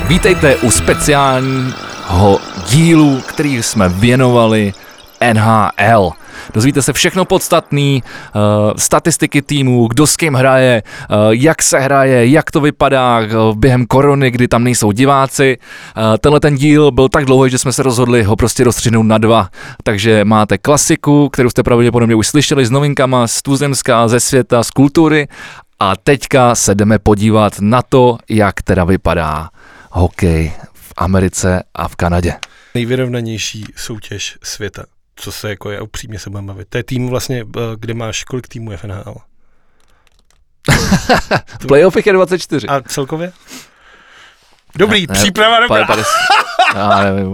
Vítejte u speciálního dílu, který jsme věnovali NHL. Dozvíte se všechno podstatné, statistiky týmů, kdo s kým hraje, jak se hraje, jak to vypadá během korony, kdy tam nejsou diváci. Tenhle ten díl byl tak dlouhý, že jsme se rozhodli ho prostě rozstřihnout na 2. Takže máte klasiku, kterou jste pravděpodobně už slyšeli s novinkama z tuzemska, ze světa, z kultury. A teďka se jdeme podívat na to, jak teda vypadá hokej v Americe a v Kanadě. Nejvyrovnanější soutěž světa, co se jako je upřímně se budeme bavit. To je tým vlastně, kde máš kolik týmů je v NHL? V playoffech je 24. A celkově? Dobrý, příprava dobrá. Já nevím.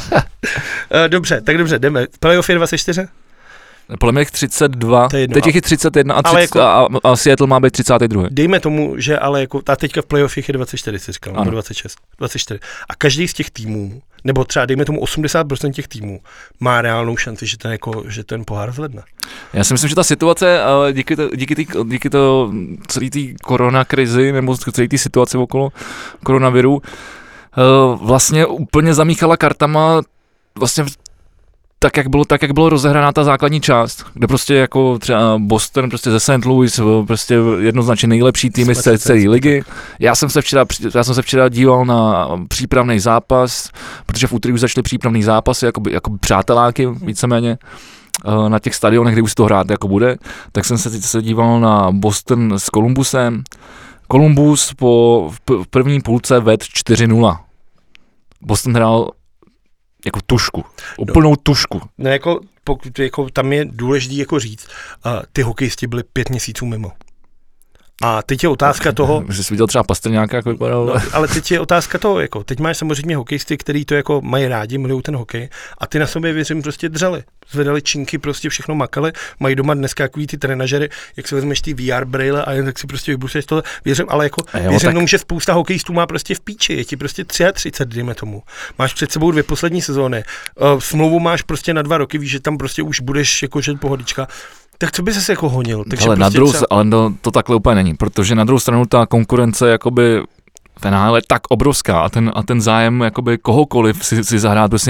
Dobře, tak dobře, jdeme. Playoff je 24? Podle mě 32, teď je 31 a Seattle má být 32. Dejme tomu, že ale jako, a teďka v playoffech je 24, si říkal, nebo 26, 24. A každý z těch týmů, nebo třeba dejme tomu 80% těch týmů, má reálnou šanci, že ten pohár zvedne. Já si myslím, že ta situace díky celé té koronakrizi, nebo celé té situace okolo koronaviru, vlastně úplně zamíchala kartama vlastně tak, jak bylo rozehraná ta základní část, kde prostě jako třeba Boston prostě ze St. Louis, prostě jednoznačně nejlepší týmy z celé ligy. Já jsem se včera díval na přípravný zápas, protože v úterý už začaly přípravný zápasy, jako přáteláky víceméně, na těch stadionech, kde už se to hrát jako bude, tak jsem se díval na Boston s Columbusem. Columbus v první půlce ved 4-0. Boston hrál jako tušku, úplnou tušku. No jako, tam je důležitý jako říct, ty hokejisti byli 5 měsíců mimo. A teď je otázka toho... Že jsi viděl třeba Pastrňáka, jak vypadal. No, ale teď je otázka toho, jako, teď máš samozřejmě hokejisty, který to jako mají rádi, milují ten hokej a ty na sobě, věřím, prostě dřeli. Zvedali činky, prostě všechno makali, mají doma dneska takový ty trenažery, jak si vezmeš ty VR braille a jen tak si prostě vybusuješ to, věřím, ale jako věřím tomu, že spousta hokejistů má prostě v píči, je ti prostě 33, dejme tomu. Máš před sebou 2 poslední sezóny, smlouvu máš prostě na 2 roky, víš, že tam prostě už budeš jako žet pohodička. Tak co by ses jako honil? Takže ale prostě ale to takhle úplně není, protože na druhou stranu ta konkurence jakoby v NHL je tak obrovská a ten zájem jakoby kohokoliv si zahrát prostě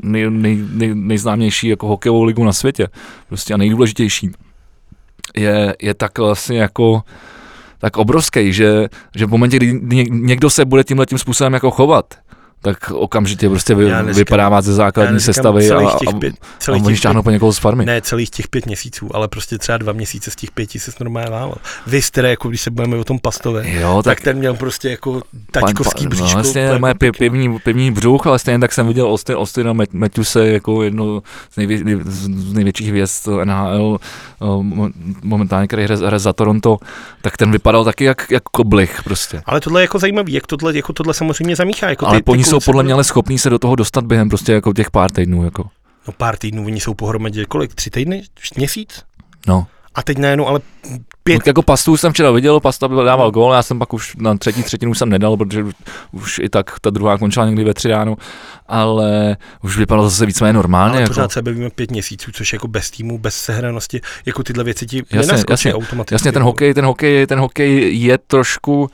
nejznámější jako hokejovou ligu na světě, prostě a nejdůležitější je tak vlastně jako tak obrovský, že v momentě, kdy někdo se bude tímhletím způsobem jako chovat, tak okamžitě prostě vypadává ze základní sestavy a oni šťáhnou po někoho z farmy. Ne celých těch 5 měsíců, ale prostě třeba 2 měsíce z těch 5 se normálně válel. Vy jste, jako když se budeme o tom Pastové, tak ten měl prostě jako taťkovský bříško. No vlastně moje pevný břuch, ale stejně tak jsem viděl Austina Matthewse jako jedno z největších hvězd NHL momentálně, který hraje za Toronto, tak ten vypadal taky jak koblich prostě. Ale tohle je jako zajímavý, jak tohle samozřejmě zamíchá. Jako ale jsou podle mě ale schopní se do toho dostat během prostě jako těch pár týdnů. Jako. No pár týdnů, oni jsou pohromadě kolik? 3 týdny? Měsíc? No. A teď najednou ale 5. Jako Pastu jsem včera viděl, Pasta dával gól, já jsem pak už na třetinu jsem nedal, protože už i tak ta druhá končila někdy ve 3 ráno, ale už vypadalo zase víceméně normálně. Ale pořád se bavíme 5 měsíců, což jako bez týmu, bez sehranosti, jako tyhle věci ti nenaskočí automaticky. Jasně, ten hokej je trošku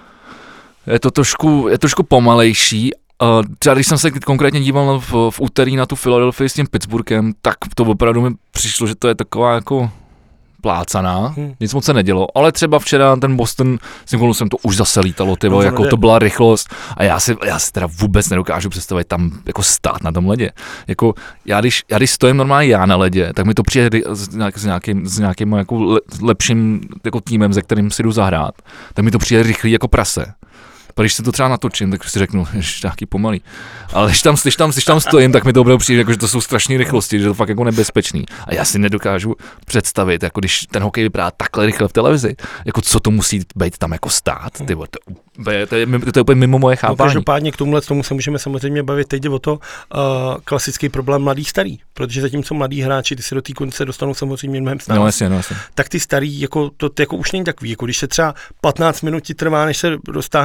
pomalejší. Třeba když jsem se konkrétně díval v úterý na tu Philadelphii s tím Pittsburghem, tak to opravdu mi přišlo, že to je taková jako plácaná, nic moc se nedělo, ale třeba včera ten Boston, s tím jsem to už zase lítalo, jako to byla rychlost a já si teda vůbec nedokážu představit tam jako stát na tom ledě. Jako já když stojím normálně já na ledě, tak mi to přijde s nějakým jako lepším jako týmem, se kterým si jdu zahrát, tak mi to přijde rychlý jako prase. A když se to třeba natočím, tak si řeknu, ještě nějaký pomalý. Ale když tam stojím, tak mi to opravdu přijde, jako, že to jsou strašné rychlosti, že to fakt jako nebezpečný. A já si nedokážu představit, jako když ten hokej vypadá takhle rychle v televizi, jako co to musí být tam jako stát. To je úplně mimo moje chápání. No, každopádně k tomu se můžeme samozřejmě bavit. Teď jde o to klasický problém mladý starý, protože zatímco mladí hráči, ty se do té konce dostanou samozřejmě mnohem snáz. No, jasně. Tak ty starý, jako to jako už není takový, jako když se třeba 15 minut ti trvá, než se roztáhneš, rozehřeješ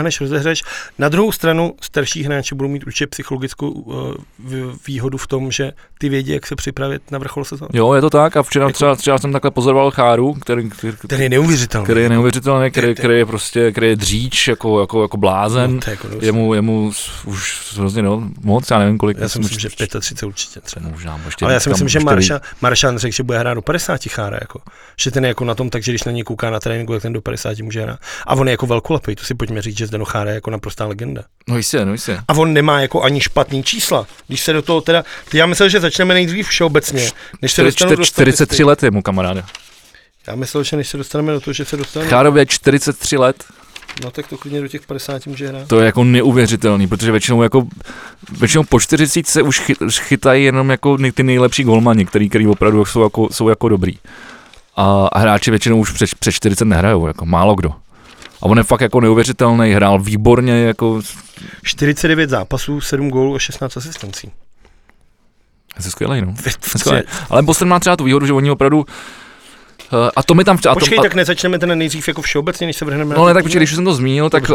odehřeš. Na druhou stranu starší hráči budou mít určitě psychologickou výhodu v tom, že ty vědí, jak se připravit na vrchol sezóny. Jo, je to tak a včera třeba jsem takhle pozoroval Cháru, který je neuvěřitelný. Který je prostě, který je dříč jako blázen. No, jemu už hrozně moc, já nevím kolik. Já si myslím, že 35 určitě třeba. Možná, ale já si myslím, že Maršan řekl, že bude hrát do 50 Chára, jako. Že ten je jako na tom, takže když na něj kouká na tréninku, tak ten do 50 může hrát. A on je jako velkolepý, to si pojďme říct, že Zdeno Chára je jako naprostá legenda. No jistě. A on nemá jako ani špatný čísla. Když se do toho teda, já myslel, že začneme nejdřív všeobecně, než se dostanu do 43 let je mu kamaráde. Já myslel, že než se dostaneme do toho, že se dostaneme. Chárově 43 let. No tak to klidně do těch 50 může hrát. To je jako neuvěřitelný, protože většinou po 40 se už chytají jenom jako ty nejlepší golmani, který opravdu jsou jako dobrý. A hráči většinou už před 40 nehrajou, jako málo kdo. A on je fakt jako neuvěřitelný, hrál výborně jako... 49 zápasů, 7 gólů a 16 asistencí. To je skvělej, no. Ale Boston má třeba tu výhodu, že oni opravdu... A to mi tam... Počkej, tak nezačneme ten nejdřív jako všeobecně, než se vrhneme. No ne, tak počkej, když jsem to zmínil, tak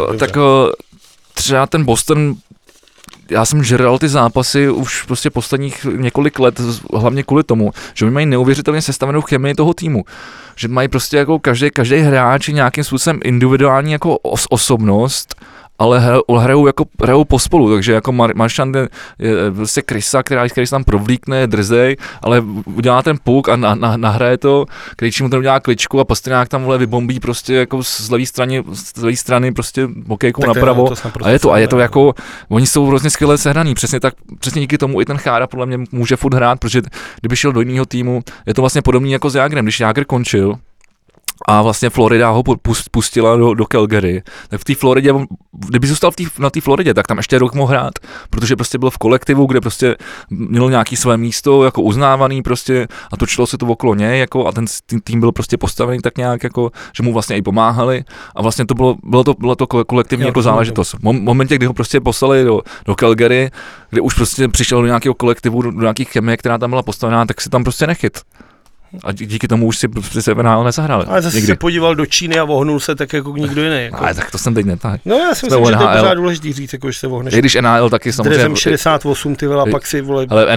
třeba ten Boston... Já jsem žral ty zápasy už prostě posledních několik let, hlavně kvůli tomu, že oni mají neuvěřitelně sestavenou chemii toho týmu. Že mají prostě jako každý hráč nějakým způsobem individuální jako osobnost, ale hrajou pospolu, takže jako Marchand je prostě krysa, který se tam provlíkne, je drzej, ale udělá ten puk a nahraje to, když mu ten udělá kličku a Pastrňák tam vybombí prostě jako z levé strany prostě hokejkou napravo a je to jako, oni jsou hrozně skvěle sehraný, přesně díky tomu i ten Chára podle mě může furt hrát, protože kdyby šel do jiného týmu, je to vlastně podobný jako s Jágrem, když Jágr končil, a vlastně Florida ho pustila do Calgary, tak v té Floridě, kdyby zůstal na té Floridě, tak tam ještě rok mohl hrát, protože prostě byl v kolektivu, kde prostě mělo nějaký své místo, jako uznávaný prostě a točilo se to okolo něj, jako a ten tým byl prostě postavený tak nějak, jako, že mu vlastně i pomáhali a vlastně to bylo to kolektivní jako záležitost. V momentě, kdy ho prostě poslali do Calgary, kde už prostě přišel do nějakého kolektivu, do nějaké chemie, která tam byla postavená, tak si tam prostě nechyt. A díky tomu už si se v NHL nezahrali. Ale zase se podíval do Číny a vohnul se tak jako nikdo jiný. Jako. Ale tak to jsem teď netáhl. No já si myslím, že to je pořád důležitý říct, jako, že se vohneš. I když NHL taky samozřejmě... Drezem 68, ty vole, a pak si vole... Ale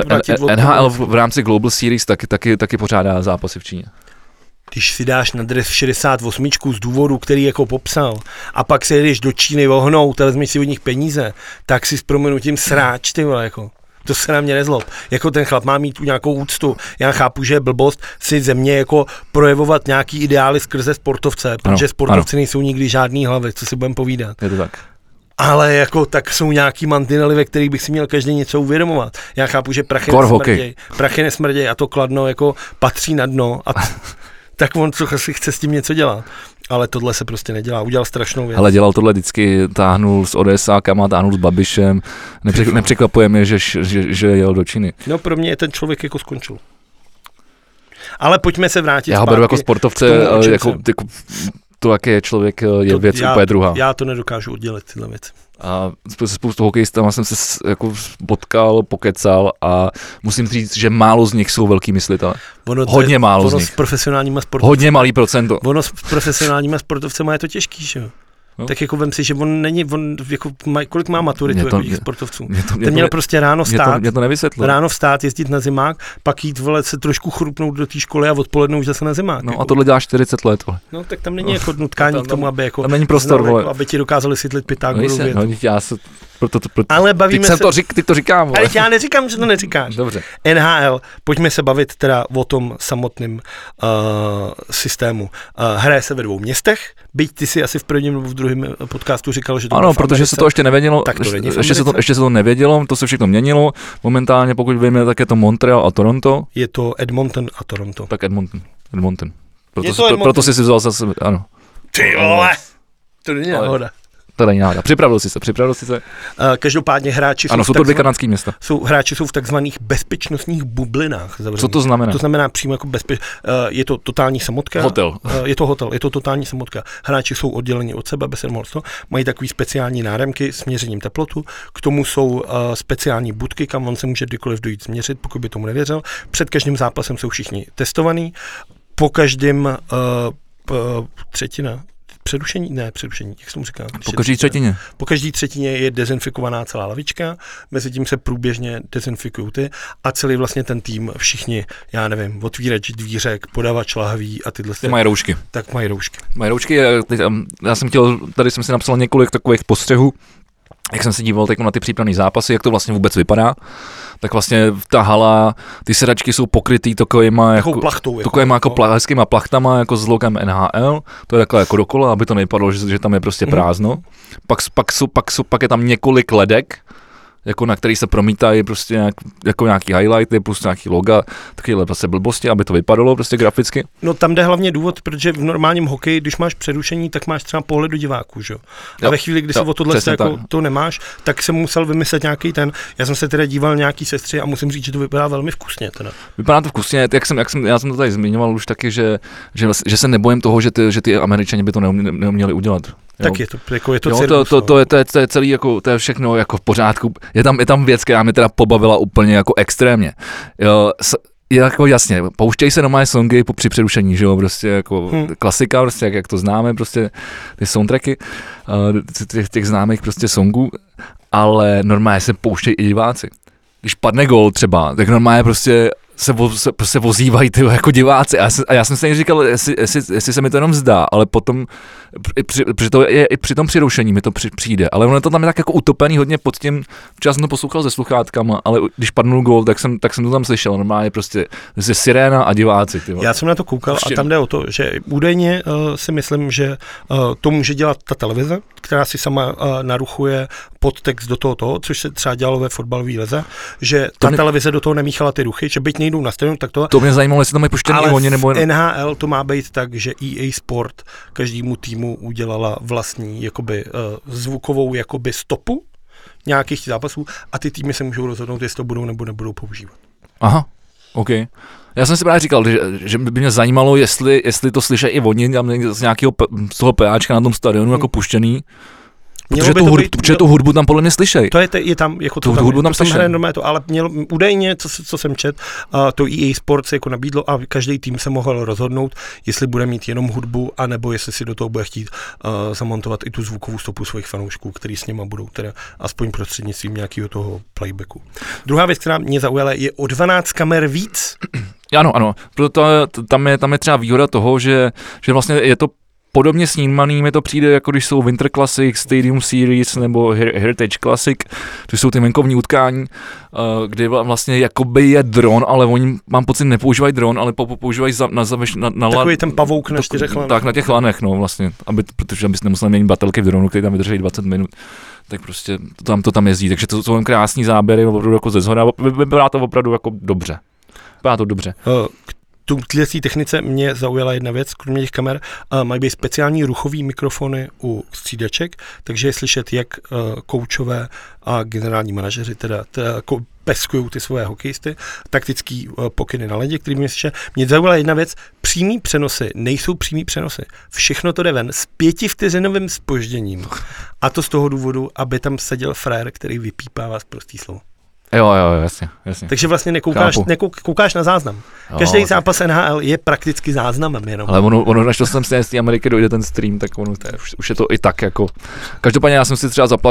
NHL v rámci Global Series taky pořádá zápasy v Číně. Když si dáš na dres 68 z důvodu, který jako popsal, a pak se jdeš do Číny vohnout a vezmeš si od nich peníze, tak si s prominutím sráč, ty vole, jako. To se na mě nezlob. Jako ten chlap má mít tu nějakou úctu. Já chápu, že je blbost si země jako projevovat nějaký ideály skrze sportovce, protože sportovci nejsou nikdy žádný hlavy, co si budeme povídat. Je to tak. Ale jako tak jsou nějaký mantinely, ve kterých bych si měl každý něco uvědomovat. Já chápu, že prachy nesmrděj a to Kladno jako patří na dno a tak on si chce s tím něco dělat. Ale tohle se prostě nedělá, udělal strašnou věc. Ale dělal tohle vždycky, táhnul s ODSákama, táhnul s Babišem, nepřekvapuje mě, že jel do Číny. No pro mě ten člověk jako skončil. Ale pojďme se vrátit. Já ho beru jako sportovce, jako to, jaký je člověk, je věc úplně druhá. Já to nedokážu oddělit, tyhle věci. A spoustu hokejistama jsem se jako potkal, pokecal a musím říct, že málo z nich jsou velký myslitelé. Hodně málo z nich. S profesionálníma sportovcema. Hodně malý procento. Ono s profesionálníma sportovcema je to těžký, že jo? No. Tak jako vem si, že on jako kolik má maturitu jako těch sportovců. Ten měl prostě ráno vstát, mě to nevysvětlilo. Ráno vstát, jezdit na zimák, pak jít se trošku chrupnout do té školy a odpoledne už zase na zimák. No jako. A tohle dělá 40 let. Vole. No tak tam není jako nutkání k tomu, aby jako tam není prostor, znal, jako, aby ti dokázali vysvětlit Pythagorovu větu. No, já se proto ale bavíme se... Ty to říkám. Ale já neříkám, že to neříkáš. Dobře. NHL, pojďme se bavit teda o tom samotném systému. Hraje se ve 2 městech, byť ty si asi v prvním nebo v druhém podcastu říkal, že to ano, protože se to ještě nevědělo, ještě se to nevědělo, to se všechno měnilo. Momentálně, pokud víme, tak je to Montreal a Toronto. Je to Edmonton a Toronto. Tak Edmonton. Proto jsi si vzal zase, ano. Ty vole, to není náhoda. To není náhoda. Připravil jsi se. Každopádně hráči jsou to 2 kanadské města. Hráči jsou v takzvaných bezpečnostních bublinách. Zavřený. Co to znamená? To znamená přímo jako je to totální samotka. Hotel. Je to totální samotka. Hráči jsou odděleni od sebe, bez remorstu. Mají takový speciální náramky s měřením teplotu. K tomu jsou speciální budky, kam on se může kdykoliv dojít změřit, pokud by tomu nevěřil. Před každým zápasem jsou všichni testovaní. Po každém přerušení, jak jsem říkal? Po každé třetině. Po každé třetině je dezinfikovaná celá lavička, mezi tím se průběžně dezinfikují ty a celý vlastně ten tým, všichni, já nevím, otvírač dvířek, podavač lahví a tyhle. Ty mají roušky. Tak mají roušky. Mají roušky, já jsem tady jsem si napsal několik takových postřehů, jak jsem se díval teď na ty přípravné zápasy, jak to vlastně vůbec vypadá, tak vlastně ta hala, ty sedačky jsou pokrytý takovýma hezkýma plachtama, jako s logem NHL, to je takhle jako dokola, aby to nevypadalo, že tam je prostě prázdno. Pak je tam několik ledek, jako na který se promítají prostě jako nějaký highlighty plus nějaký loga, takovéhle prostě blbosti, aby to vypadalo prostě graficky. No tam jde hlavně důvod, protože v normálním hokeji, když máš přerušení, tak máš třeba pohled do diváků, že jo. A ve chvíli, kdy se o tohle jako to nemáš, tak jsem musel vymyslet nějaký já jsem se teda díval nějaký sestři a musím říct, že to vypadá velmi vkusně teda. Vypadá to vkusně, já jsem to tady zmiňoval už taky, že se nebojím toho, že ty Američani by to neuměli udělat. Tak je to cirkus. To je celý, jako, to je všechno jako v pořádku. Je tam věc, která mě teda pobavila úplně jako extrémně. Je jako jasně, pouštějí se normálně songy při přerušení, že jo, prostě jako klasika, prostě jak to známe, prostě ty soundtracky těch známých prostě songů, ale normálně se pouštějí i diváci. Když padne gól třeba, tak normálně prostě se vozívají ty jako diváci a já jsem si říkal, jestli se mi to jenom zdá, ale potom při tom přerušení mi to přijde, ale ono to tam je tak jako utopený hodně pod tím, včera jsem to poslouchal se sluchátkama, ale když padnul gól, tak jsem to tam slyšel, normálně prostě siréna a diváci. Já jsem na to koukal a tam jde o to, že údajně si myslím, že to může dělat ta televize, která si sama naruchuje podtext do toho, což se třeba dělalo ve fotbalové lize, že ta televize do toho nemíchala ty ruchy, že byť nejdou na stranu, tak to. To mě zajímalo, jestli tam je puštěný oni nebo NHL to má být tak, že EA Sport každému týmu udělala vlastní jakoby zvukovou jakoby stopu nějakých zápasů a ty týmy se můžou rozhodnout, jestli to budou nebo nebudou používat. Aha, OK. Já jsem si právě říkal, že by mě zajímalo, jestli to slyší i oni z toho PAčka na tom stadionu jako puštěný. Protože tu hudbu tam podle mě slyšej. To je tam, jako to hudbu tam hraje normálně to, ale údajně, co jsem čet, to EA Sports jako nabídlo a každý tým se mohl rozhodnout, jestli bude mít jenom hudbu, anebo jestli si do toho bude chtít zamontovat i tu zvukovou stopu svých fanoušků, který s nima budou teda aspoň prostřednictvím nějakého toho playbacku. Druhá věc, která mě zaujala, je o 12 kamer víc. Ano, proto tam je třeba výhoda toho, že vlastně je to podobně snímaný mi to přijde, jako když jsou Winter Classic, Stadium Series nebo Heritage Classic, to jsou ty venkovní utkání, kdy vlastně jakoby je dron, ale oni, mám pocit, nepoužívají dron, ale používají na takový ten pavouk na 4 lanech. Tak, na těch lanech, no vlastně, protože abys nemusel měnit batelky v dronu, který tam vydrží 20 minut. Tak prostě to tam jezdí, takže to jsou krásný záběry, opravdu jako ze zhora, vypadá to opravdu jako dobře. Vypadá to dobře. Tuhle technice mě zaujala jedna věc, kromě těch kamer, mají být speciální ruchový mikrofony u střídaček, takže je slyšet, jak koučové a generální manažeři teda peskujou ty svoje hokejisty, taktický pokyny na ledě, který mě slyšet. Mě zaujala jedna věc, přímý přenosy nejsou přímý přenosy. Všechno to jde ven s 5vteřinovým zpožděním. A to z toho důvodu, aby tam seděl frér, který vypípává prostý slovo. Jo, jasně. Takže vlastně nekoukáš na záznam. Každý zápas NHL je prakticky záznamem jenom. Ale ono než to sem z té Ameriky dojde ten stream, tak ono už je to i tak jako. Každopádně já jsem si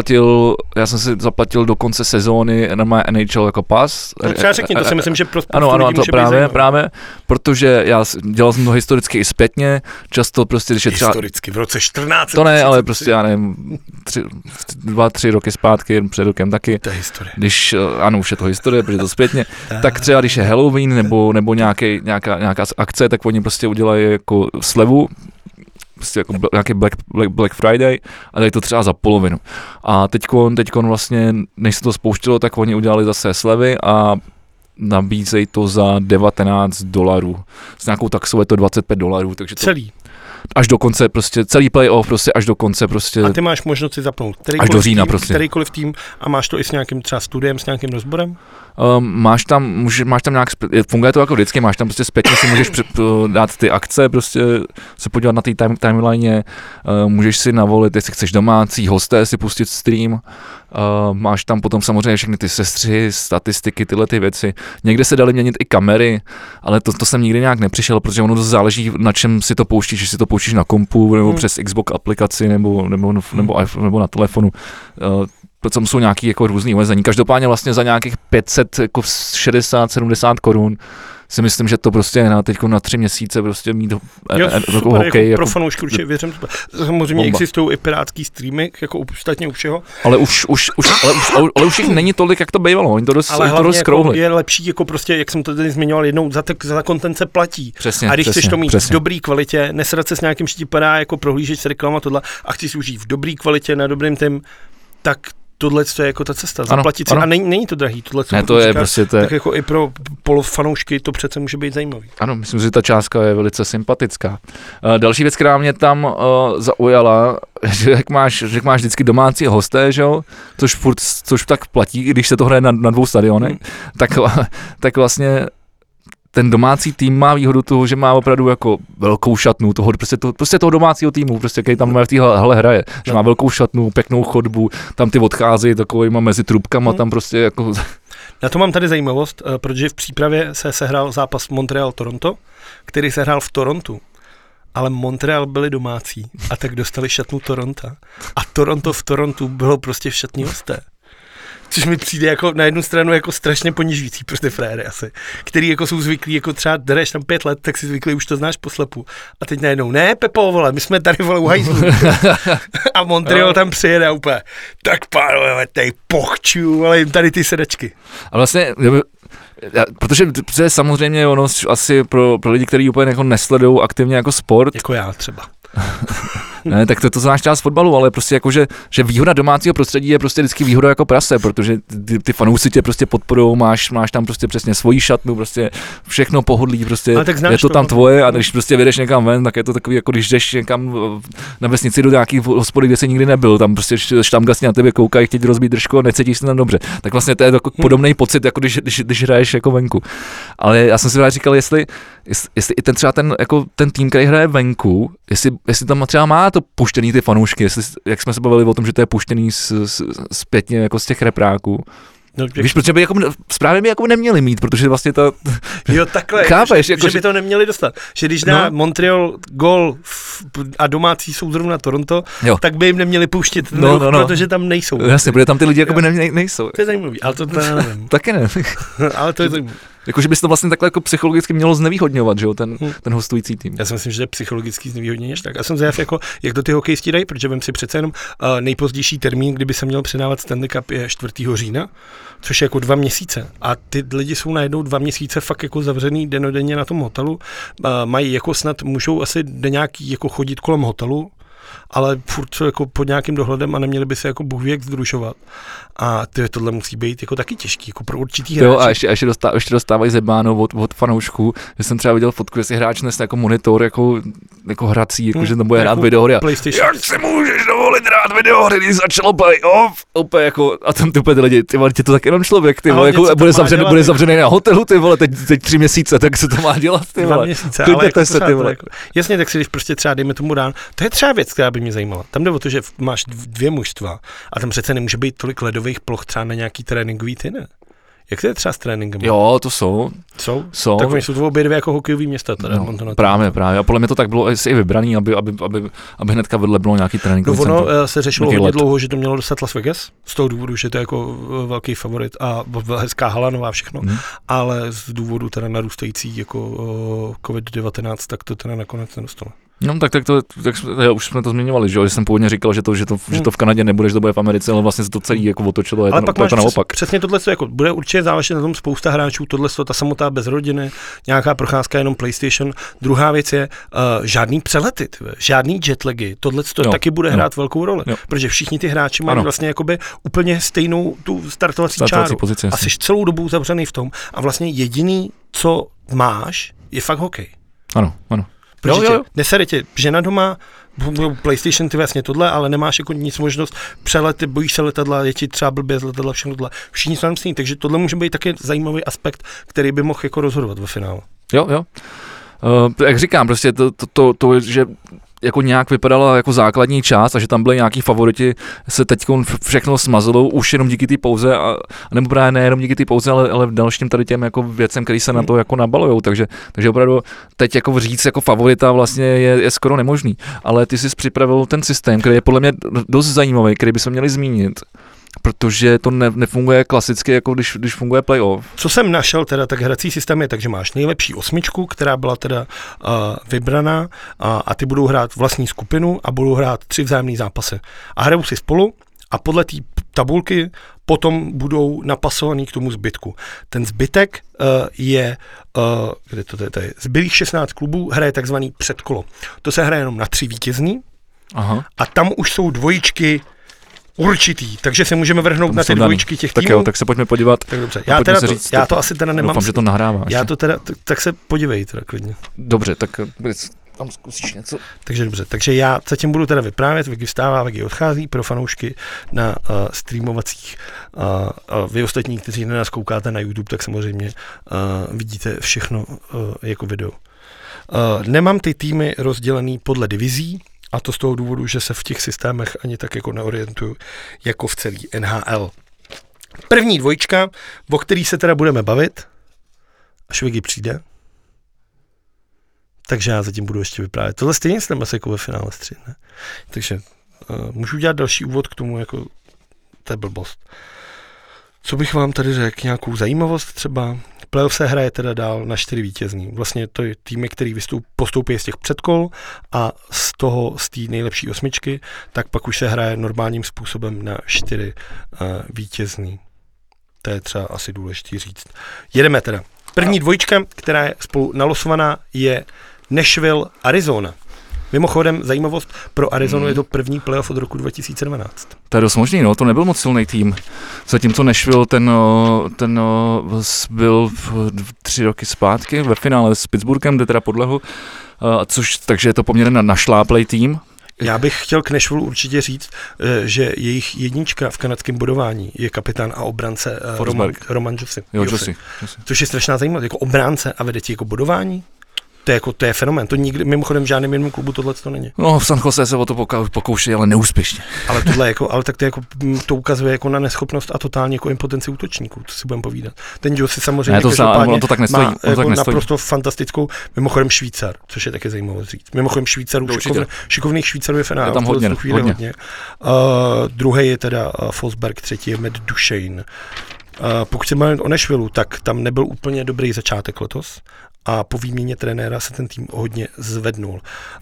zaplatil do konce sezóny na mé NHL jako pas. No třeba řekni, to si myslím, že pro ano, to právě, protože já dělal jsem to historicky i zpětně, často prostě, když je třeba... Historicky, v roce 14. To ne, ale prostě já nevím, 2-3 roky zpátky, před rokem taky. To je historie. Když, ano, už je to historie, protože to zpětně, tak třeba když je Halloween nebo nějaká akce, tak oni prostě udělají jako slevu, prostě jako nějaký Black Friday a dají to třeba za polovinu. A teďkon vlastně, než se to spouštilo, tak oni udělali zase slevy a nabízejí to za $19. S nějakou taxou je to $25, takže to... Celý. Až do konce prostě, celý playoff prostě až do konce prostě. A ty máš možnost si zapnout až do října prostě. Kterýkoliv tým a máš to i s nějakým třeba studiem, s nějakým rozborem? Máš tam nějak, funguje to jako vždycky, máš tam prostě zpětně si můžeš dát ty akce, prostě se podívat na té timeline, můžeš si navolit, jestli chceš domácí hosté si pustit stream, máš tam potom samozřejmě všechny ty sestřihy, statistiky, tyhle ty věci. Někde se daly měnit i kamery, ale to jsem nikdy nějak nepřišel, protože ono to záleží, na čem si to pouštíš, jestli si to pouštíš na kompu, nebo přes Xbox aplikaci, nebo na telefonu. Tam jsou nějaký jako různý omezení. Každopádně vlastně za nějakých 560-70 korun si myslím, že to prostě je na 3 měsíce prostě mít hokej. Pro fanoušky určitě věřím. Samozřejmě existují i pirátský streamy, jako ostatně u všeho. Ale už jich není tolik, jak to bývalo. Oni to dost jako je lepší, jako prostě, jak jsem to tady zmiňoval jednou, za content se platí. Přesně, a když chceš to mít v dobrý kvalitě, nesrat se s nějakým štípadá, jako prohlížeč s reklama tohle, a chceš si užít v dobrý kvalitě, na dobrým tým, tak tohle je jako ta cesta, zaplatit si, a není to drahý, tohle to je prostě tak jako i pro polofanoušky to přece může být zajímavý. Ano, myslím, že ta částka je velice sympatická. Další věc, která mě tam zaujala, že jak máš vždycky domácí hosté, že jo, což tak platí, i když se to hraje na 2 stadionech, tak vlastně ten domácí tým má výhodu toho, že má opravdu jako velkou šatnu, toho domácího týmu, prostě, který tam v té hale hraje, že má velkou šatnu, pěknou chodbu, tam ty odchází takovýma mezi trubkama, tam prostě jako... Na to mám tady zajímavost, protože v přípravě se sehrál zápas Montreal-Toronto, který se hrál v Torontu, ale Montreal byli domácí a tak dostali šatnu Toronto. A Toronto v Torontu bylo prostě v šatní hosté. Což mi přijde jako na jednu stranu jako strašně ponižující pro ty fréry asi, který jako jsou zvyklí, jako třeba jdeš tam 5 let, tak si zvyklí, už to znáš po slepu. A teď najednou, ne Pepo, vole, my jsme tady, vole, u hajzlu. A Montreal tam přijede úplně, tak pánové, tady pochču, ale jim tady ty sedačky. A vlastně, protože samozřejmě ono asi pro lidi, kteří úplně jako nesledují aktivně jako sport. Jako já třeba. Ne, tak to znáš část fotbalu, ale prostě jako, že výhoda domácího prostředí je prostě vždycky výhoda jako prase, protože ty fanoušci tě prostě podporujou, máš tam prostě přesně svoji šatnu, prostě všechno pohodlí, prostě je to tam tvoje a když prostě vyjdeš někam ven, tak je to takový, jako když jdeš někam na vesnici do nějaký hospody, kde jsi nikdy nebyl, tam prostě štamgasti na tebe koukají, chtějí rozbít držku a necítíš se tam dobře. Tak vlastně to je jako podobný pocit, jako když hraješ jako venku. Ale já jsem si říkal, jestli i ten tým, který hraje venku, jestli tam třeba má to puštěný ty fanoušky, jak jsme se bavili o tom, že to je puštěný zpětně jako z těch repráků. No, víš, protože by jako, správně by jako neměli mít, protože vlastně to... Jo, takhle, chápeš, že by to neměli dostat. Že když dá Montreal gol a domácí jsou zrovna Toronto, tak by jim neměli pouštět ten ruch, protože tam nejsou. Jasně, protože tam ty lidi jakoby nejsou. To je zajímavý, ale to já nevím. Taky ne. Ale to je zajímavé. Jakože by se to vlastně takhle jako psychologicky mělo znevýhodňovat, že jo, ten hostující tým. Já si myslím, že je psychologicky znevýhodnění až tak. Já jsem zvědav, jako, jak to ty hokejisti dají, protože vem si přece jenom nejpozdější termín, kdyby se měl předávat Stanley Cup, je 4. října, což je jako 2 měsíce. A ty lidi jsou najednou 2 měsíce fakt jako zavřený dennodenně na tom hotelu. Mají jako snad, můžou asi nějaký jako chodit kolem hotelu, ale furt jako pod nějakým dohledem a neměli by se jako bůh ví jak združovat. A tohle musí být jako taky těžký, jako pro určitý hráče. Jo, a ještě dostávají zebáno od fanoušků, že jsem třeba viděl fotku, jestli hráč nese jako monitor, jako hrací, jako že tam bude hrát videohry. Jak si můžeš dovolit hrát videohry, když začalo play-off? Opět jako, a tam ty úplně lidi, ty vole, tě to tak jenom člověk, ty vole, jako bude zavřený na hotelu, ty vole, teď 3 měsíce, tak se to má dělat, ty vole. 2 měsíce, ale jako se, ty vole. Jako, jasně, tak si když prostě třeba dejme tomu ráno, to je třeba věc, která by mě zajímala. Tam jde o to, že máš 2 mužstva a tam přece nemůže být tolik ledových ploch třeba na nějaký tréninkový ty, ne? Jak to je třeba s tréninkem? Jo, to jsou. Jsou? Tak oni jsou to obě 2 jako hokejový města. Teda, no, právě. A podle mě to tak bylo i vybraný, aby hnedka vedle bylo nějaký tréninkový centrum. Ono se řešilo hodně dlouho, že to mělo dostat Las Vegas, z toho důvodu, že to je jako velký favorit a hezká hala, nová všechno, ale z důvodu teda narůstající jako COVID-19, tak to teda nakonec nedostalo. No tak už jsme to zmiňovali, že jsem původně říkal, že to v Kanadě nebude, že to bude v Americe, ale vlastně se to celý jako otočilo, ale pak to naopak. Přesně tohle jako bude určitě záležet na tom spousta hráčů, tohle ta samotná bez rodiny, nějaká procházka jenom PlayStation. Druhá věc je žádný přelety, žádný jetlagy, tohle taky bude hrát velkou roli, protože všichni ty hráči mají vlastně jakoby úplně stejnou tu startovací čáru pozici, a jsi celou dobu zavřený v tom a vlastně jediný, co máš, je fakt hokej. Ano. Protože nesere tě žena doma, PlayStation, ty vlastně tohle, ale nemáš jako nic možnost přelety, bojíš se letadla, je ti třeba blbě z letadla, všechno tohle. Všichni jsou tam stejný, takže tohle může být taky zajímavý aspekt, který by mohl jako rozhodovat ve finále. Jo. Jak říkám, prostě to, že jako nějak vypadala jako základní část a že tam byly nějaký favoriti, se teď všechno smazalo už jenom díky té pauze, nebo právě nejenom díky té pauze, ale v dalším tady těm jako věcem, který se na to jako nabalujou, takže opravdu teď jako říct jako favorita vlastně je skoro nemožný, ale ty jsi připravil ten systém, který je podle mě dost zajímavý, který bychom měli zmínit, protože to nefunguje klasicky, jako když funguje playoff. Co jsem našel teda, tak hrací systém je tak, že máš nejlepší 8, která byla teda vybraná a ty budou hrát vlastní skupinu a budou hrát 3 vzájemné zápasy. A hrajou si spolu a podle té tabulky potom budou napasovaný k tomu zbytku. Ten zbytek je, kde to je, zbylých 16 klubů hraje takzvaný předkolo. To se hraje jenom na 3 vítězní. Aha. A tam už jsou dvojičky určitý, takže se můžeme vrhnout na ty dvojičky těch týmů. Tak jo, tak se pojďme podívat. Tak dobře, já to asi teda nemám. Doufám, že to nahráváš. Já to teda, tak se podívej teda klidně. Dobře, tak tam zkusíš něco. Takže dobře, takže já zatím budu teda vyprávět, Vicky vstává, Vicky odchází pro fanoušky na streamovacích. Vy ostatní, kteří na nás koukáte na YouTube, tak samozřejmě vidíte všechno jako video. Nemám ty týmy rozdělený podle divizí, a to z toho důvodu, že se v těch systémech ani tak jako neorientuju jako v celý NHL. První dvojička, o který se teda budeme bavit, až Vicky přijde. Takže já zatím budu ještě vyprávět. Tohle stejně jsem asi jako ve finále střih, ne? Takže můžu dělat další úvod k tomu, jako to je blbost. Co bych vám tady řekl? Nějakou zajímavost třeba? Playoff se hraje teda dál na 4 vítězní. Vlastně to je týmy, který postoupí z těch předkol a z té nejlepší 8, tak pak už se hraje normálním způsobem na 4 vítězní. To je třeba asi důležitý říct. Jedeme teda. První dvojička, která je spolu nalosovaná, je Nashville, Arizona. Mimochodem, zajímavost, pro Arizonu je to první playoff od roku 2012. To je dost možný, no, to nebyl moc silný tým. Zatímco Nashville, ten byl 3 roky zpátky ve finále s Pittsburghem, kde teda podlehl, takže je to poměrně našláplej tým. Já bych chtěl k Nashville určitě říct, že jejich jednička v kanadském bodování je kapitán a obránce Roman Josi. Což je strašná zajímavost, jako obránce a vede ti jako bodování. To je fenomén, to nikdy, mimochodem v žádném jiném klubu tohle to není. No, v San Jose se o to pokouší, ale neúspěšně. Ale tohle tak to jako, to ukazuje jako na neschopnost a totální jako impotenci útočníků, to si budeme povídat. Ten Josi samozřejmě to tak nestojí, má jako naprosto fantastickou, mimochodem Švýcar, což je taky zajímavé říct. Mimochodem Švýcarů, šikovných Švýcarů je fenál. Je tam hodně. Druhý je teda Forsberg, třetí je Matt Duchene. Pokud se bavíme o Nashvilleu, tak tam nebyl úplně dobrý začátek letos a po výměně trenéra se ten tým hodně zvednul.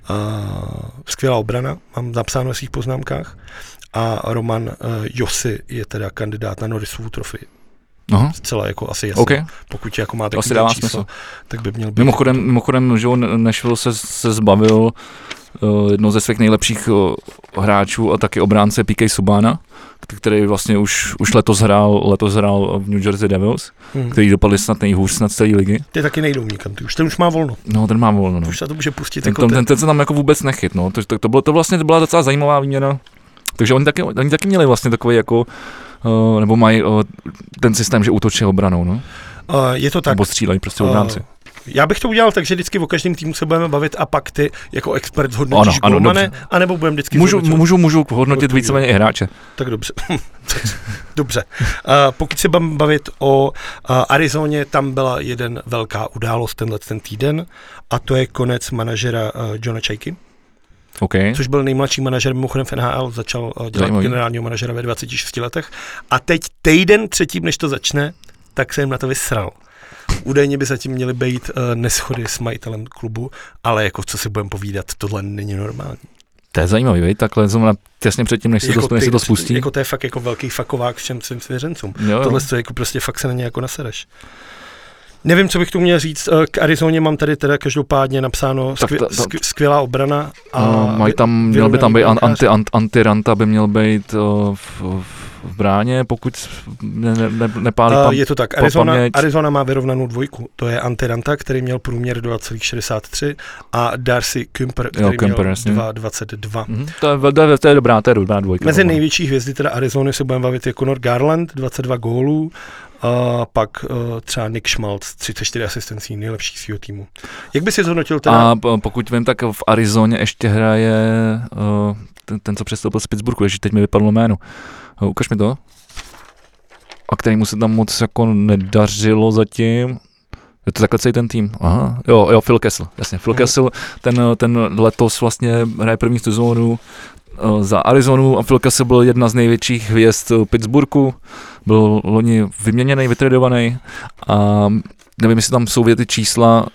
Skvělá obrana, mám napsáno ve svých poznámkách, a Roman Josi je teda kandidát na Norrisovu trofej. Aha. Zcela jako asi jasný. Okay. Pokud jako má takový číslo, tak by měl být. Mimochodem, že Nashville se zbavil jednou ze svých nejlepších hráčů a taky obránce PK Subana, který vlastně už letos hrál v New Jersey Devils, který dopadli snad nejhůř z celé ligy. Ty taky nejdou nikam, ten už má volno. No, ten má volno, no. Už se to může pustit. Ten se tam jako vůbec nechyt, no. To vlastně byla docela zajímavá výměna. Takže oni taky měli vlastně takový jako, nebo mají ten systém, že útočí obranou, no. Je to tak. Nebo střílejí prostě obránci. Já bych to udělal tak, že vždycky o každém týmu se budeme bavit a pak ty jako expert zhodnotíš golmane, anebo budeme vždycky můžu hodnotit víceméně i hráče. Tak dobře. Dobře. Pokud se budeme bavit o Arizoně, tam byla jeden velká událost ten týden a to je konec manažera Johna Chayky. Okay. Což byl nejmladší manažer mimochodem v NHL, začal dělat generálního manažera ve 26 letech a teď týden předtím, než to začne, tak se jim na to vysral. Údajně by zatím měly být neschody s majitelem klubu, ale jako co si budeme povídat, tohle není normální. To je zajímavý, vej? Takhle znamená těsně předtím, než se to spustí. Jako to je fakt jako velký fakovák všem svým svěřencům. Tohle to jako prostě fakt se na ně jako nasereš. Nevím, co bych tu měl říct. K Arizoně mám tady teda každopádně napsáno skvělá obrana. Měl by tam být antiranta, by měl být v bráně, pokud nepálí je to tak, Arizona má vyrovnanou dvojku. To je Antiranta, který měl průměr 2,63 a Darcy Kuemper, který měl 2,22. To je dobrá dvojka. Mezi největší hvězdy teda Arizony se budeme bavit je Conor Garland, 22 gólů, a pak třeba Nick Schmaltz, 34 asistencí, nejlepší svého týmu. Jak by si zhodnotil teda? A pokud vím, tak v Arizoně ještě hraje ten, co přestoupil z Pittsburghu, ještě teď mi vypadlo jméno. Ukaž mi to. A kterému se tam moc jako nedařilo zatím. Je to takhle celý ten tým. Aha. Jo, Phil Kessel, jasně. Phil Kessel, ten letos vlastně hraje první sezónu za Arizonu a Phil Kessel byl jedna z největších hvězd Pittsburghu. Byl loni vyměněný, vytradovaný a nevím, jestli tam jsou ty čísla,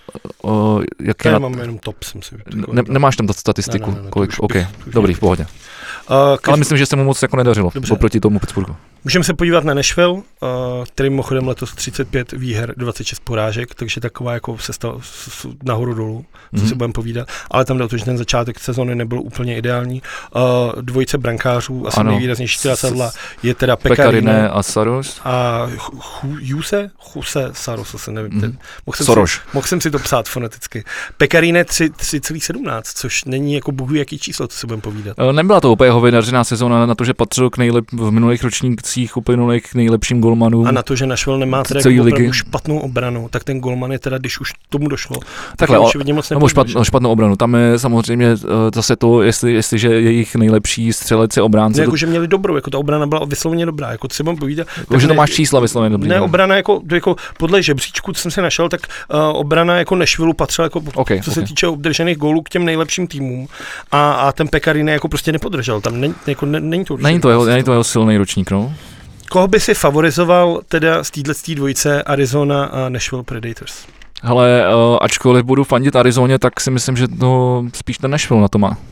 jak já mám jenom top, jsem si nemáš tam statistiku? Ne, kolik? OK, dobrý, v pohodě. Ale myslím, že se mu moc jako nedařilo oproti tomu Pittsburghu. Můžeme se podívat na Nashville, který mimochodem letos 35 výher, 26 porážek, takže taková jako sestav nahoru dolů, co si budeme povídat. Ale tam jde o to, že ten začátek sezóny nebyl úplně ideální. Dvojice brankářů, asi nejvýraznější sedla je teda Pekarine a Saros. A Juse Saros, asi nevím. Mohl jsem si to psát foneticky. Pekarine 3,17, což není jako bohu jaký číslo, co si budeme povídat. Nebyla to úplně jeho vydařená sezóna na to, že patřil v minulých ročnících uplynulých k nejlepším golmanům. A na to, že Nashville nemá teda opravdu špatnou obranu, tak ten golman je teda, když už tomu došlo, takhle, nebo špatnou obranu. Tam je samozřejmě zase to, jestliže jejich nejlepší střelec je obránce. Jako, že měli dobrou, jako ta obrana byla vysloveně dobrá, jako si mám povídat. Že to máš čísla vysloveně dobrý. Ne, obrana jako podle žebříčku, co jsem si našel, tak obrana jako Nashville patřila jako, co se týče obdržených gólů k těm nejlepším týmům a ten Pekarine jako prostě nepodržel. Tam není to. Není to jeho silný ročník, no. Koho by si favorizoval teda z této dvojice Arizona a Nashville Predators? Hele, ačkoliv budu fandit Arizoně, tak si myslím, že to spíš ten Nashville na to má.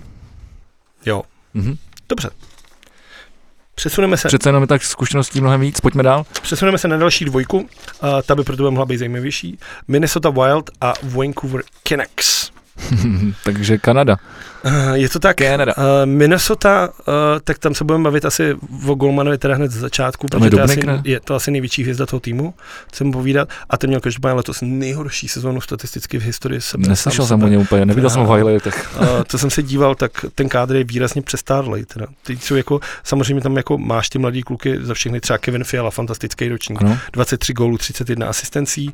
Jo. Dobře. Přesuneme se. Přece jenom je tak zkušeností mnohem víc, pojďme dál. Přesuneme se na další dvojku, ta by pro tebe mohla být zajímavější. Minnesota Wild a Vancouver Canucks. Takže Kanada. Je to tak. Minnesota, tak tam se budeme bavit asi o golmanovi teda hned z začátku, protože je to asi největší hvězda toho týmu, chcem povídat. A ten měl každopádně letos nejhorší sezónu statisticky v historii sebe. Neslyšel jsem o něm úplně, neviděl jsem ho v highlightech. Co jsem se díval, tak ten kádr je výrazně přestárlej. Teda. Teď jsou jako, samozřejmě tam jako máš ty mladý kluky za všechny, třeba Kevin Fiala, fantastický ročník, 23 gólů, 31 asistencí.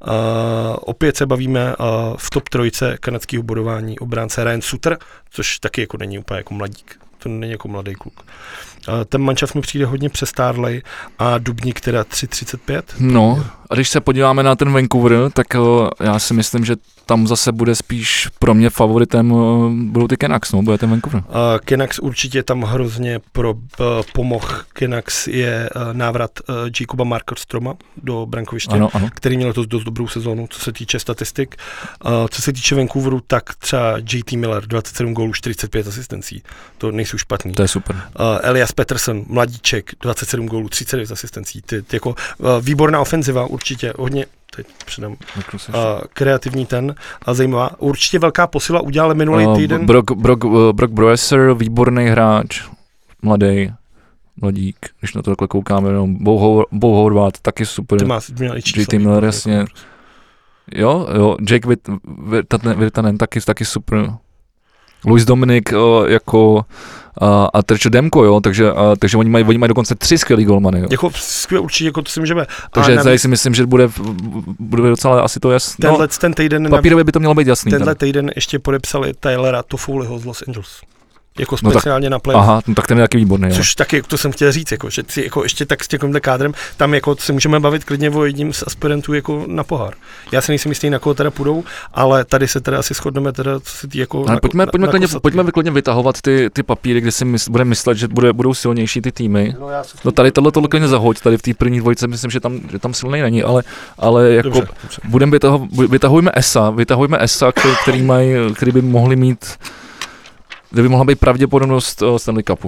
Opět se bavíme v top trojce kanadského bodování obránce Ryan Suter, což taky jako není úplně jako mladík. To není jako mladý kluk. Ten mančaft mi přijde hodně přestárlej a Dubník teda 3,35. No, a když se podíváme na ten Vancouver, tak já si myslím, že tam zase bude spíš pro mě favoritem budou ty Canucks, no, bude ten Vancouver. Canucks určitě tam hrozně pomohl. Canucks je návrat Jacoba Markstroma do brankoviště, který měl letos dost dobrou sezónu, co se týče statistik. Co se týče Vancouveru, tak třeba JT Miller, 27 gólů, 45 asistencí. To nejsou špatný. To je super. Elias Pettersson, mladíček, 27 gólů, 39 asistencí. Jako výborná ofenziva, určitě hodně. Teď předám kreativní ten a zajímavá. Určitě velká posila udělali minulý týden. Brock Boeser, výborný hráč, mladík, když na to takhle koukáme, Bo Horvat, taky super. Ty měl i čísla. JT Miller, jasně. Jo, Jake Virtanen, taky super. Louis Dominik jako a Terčo Demko, jo, takže oni mají dokonce 3 skvělý golmany, jo. Jako skvěle, určitě, jako to si můžeme. Takže tady si myslím, že bude docela asi to jasné. Ten týden papírově by to mělo být jasný. Tenhle týden ještě podepsali Tylera Toffoliho z Los Angeles. Jako speciálně na play. Aha, no tak ten je taky výborný. Což taky, to jsem chtěl říct, jako, že jako ještě tak s tímhle kádrem, tam jako se můžeme bavit klidně o jedním z aspirantů jako na pohár. Já si nejsem jistý, na koho teda půjdou, ale tady se teda asi shodneme teda, co se tý jako pojďme klidně vytahovat ty papíry, kde si budeme myslet, že budou silnější ty týmy. No tady tohle klidně zahoď, tady v té první dvojce myslím, že tam silnej není, ale jako dobře. Vytahujme ESA, který by mohli mít, kde by mohla být pravděpodobnost Stanley Cupu.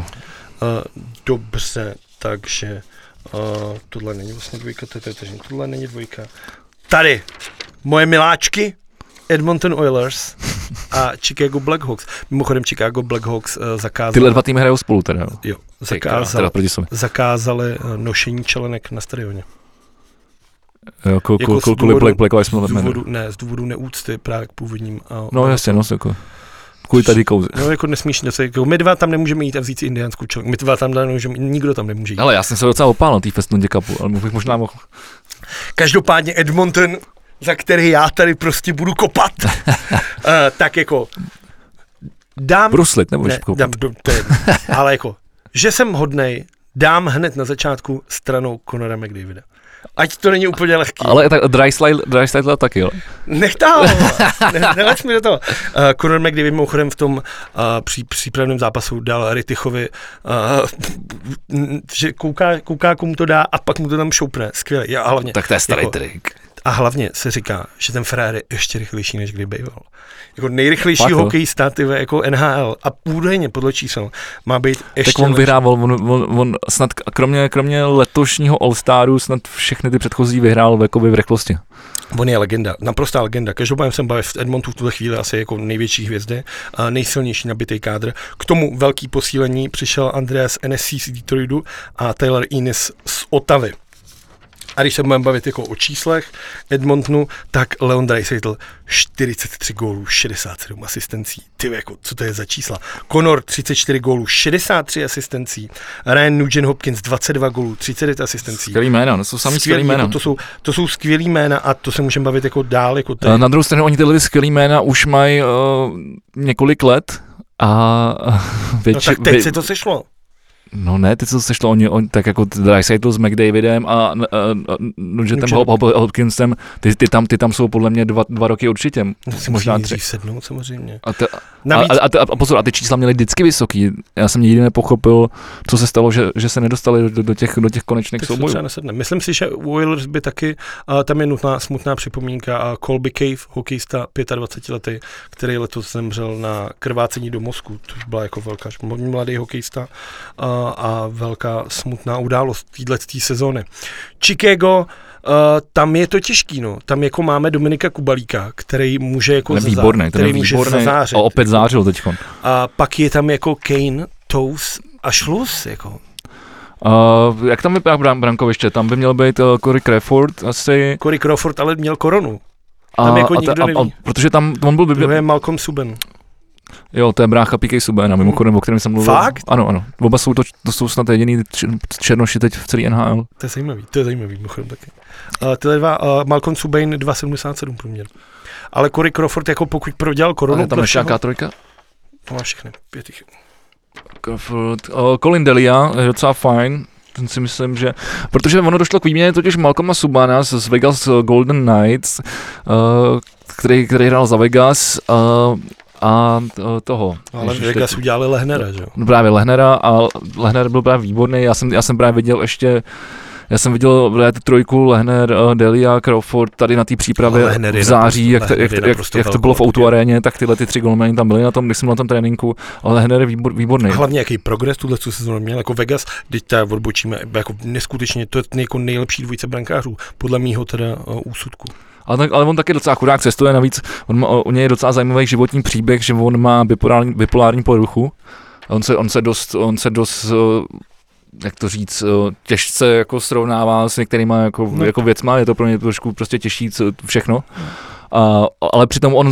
Dobře, takže tohle není vlastně dvojka, tohle není dvojka. Tady, moje miláčky, Edmonton Oilers a Chicago Blackhawks. Mimochodem Chicago Blackhawks zakázali... Tyhle dva týmy hrajou spolu teda. Jo, zakázali nošení čelenek na stadioně. Kvůli Black Lives Matter. Z důvodu neúcty právě k původním. No jasně, jako. Kvůli tady kouze. No jako nesmíš, jako my dva tam nemůžeme jít a vzít si indiánskou čelku. My dva tam nemůžeme, nikdo tam nemůže jít. Ale já jsem se docela opál na té Festnundě Cupu, ale bych možná mohl. Každopádně Edmonton, za který já tady prostě budu kopat, tak jako dám... Bruslit, nebo dám, ale jako, že jsem hodnej, dám hned na začátku stranou Conora McDavida. Ať to není úplně lehký. Ale tak Draisaitl taky, jo. Nech toho, neleč mi do toho. Conor McDavid mimochodem v tom přípravném zápasu dal Rittichovi, že kouká, komu to dá a pak mu to tam šoupne. Skvěle. A hlavně, tak to je starý jako, trik. A hlavně se říká, že ten Ferrari je ještě rychlejší, než kdy býval. Jako nejrychlejší hokejista jako NHL a údajně podle čísel má být ještě tak on vyhrával, on snad kromě letošního All-Staru snad všechny ty předchozí vyhrál v rychlosti. On je legenda, naprostá legenda. Každopádně jsem bavil v Edmontonu v tuhle chvíli asi jako největší hvězdy, nejsilnější nabitý kádr. K tomu velký posílení přišel Andreas Enessi z Detroitu a Taylor Ennis z Ottavy. A když se budeme bavit jako o číslech Edmontonu, tak Leon Draisaitl 43 gólů, 67 asistencí. Ty jako, co to je za čísla? Conor 34 gólů, 63 asistencí. Ryan Nugent-Hopkins 22 gólů, 39 asistencí. Skvělý jména, to jsou samý skvělý jména. Jako to jsou skvělý jména a to se můžeme bavit jako dál. Jako na druhou stranu oni tyhle skvělý jména už mají několik let a no tak teď se to sešlo. No ne, teď se šlo oni tak jako Draisaitl s McDavidem a Nugentem Hopkinsem, ty tam jsou podle mě dva roky určitě. Možná 3. sednout samozřejmě. A pozor, a ty čísla měly vždycky vysoký. Já jsem nikdy nepochopil, co se stalo, že se nedostali do těch konečných soubojů. Myslím si, že u Oilers by taky, tam je nutná smutná připomínka, a Colby Cave, hokejista 25 letý, který letos zemřel na krvácení do mozku, což byla jako velká, mladý hokejista a velká smutná událost této sezóny. Chicago, tam je to těžký, no. Tam jako máme Dominika Kubalíka, který může jako zazářit. A opět zářil teďkon. A pak je tam jako Kane, Toews a Schluss, jako. Jak tam vypadá brankoviště? Tam by měl být Corey Crawford asi. Corey Crawford ale měl koronu. Tam jako nikdo neví. Protože tam on byl druhé Malcolm Subban. Jo, to je brácha P.K. Subban, mimochodem, o kterém jsem mluvil. Fakt? Ano. Oba jsou to jsou snad jediný černoši teď v celý NHL. To je zajímavý, mimochodem taky. Tyhle dva, Malcolm Subban 2,77 průměr. Ale Corey Crawford, jako pokud prodělal korunu... Ale tam ještě nějaká trojka? To má všechny, 5. Crawford, Colin Delia je docela fajn. Ten si myslím, že... Protože ono došlo k výměně totiž Malcolma Subbana z Vegas Golden Knights, který hrál za Vegas, a toho. Ale Vegas udělali Lehnera, že jo? Právě Lehnera a Lehner byl právě výborný, já jsem právě viděl ještě, tu trojku Lehner, Delia, Crawford tady na té přípravě v září, jak to bylo v O2 aréně, tak tyhle ty 3 golmany tam byly na tom, když jsem na tom tréninku, ale Lehner je výborný. A hlavně jaký progres tuhle sezónu měl, jako Vegas, teď odbočíme, jako neskutečně, to je jako nejlepší dvojice brankářů, podle mýho teda úsudku. Ale on taky docela chudák cestuje, navíc u něj je docela zajímavý životní příběh, že on má bipolární poruchu. On se dost jak to říct, těžce jako srovnává s některýma jako věcma, je to pro ně trošku prostě těžší všechno. Ale přitom on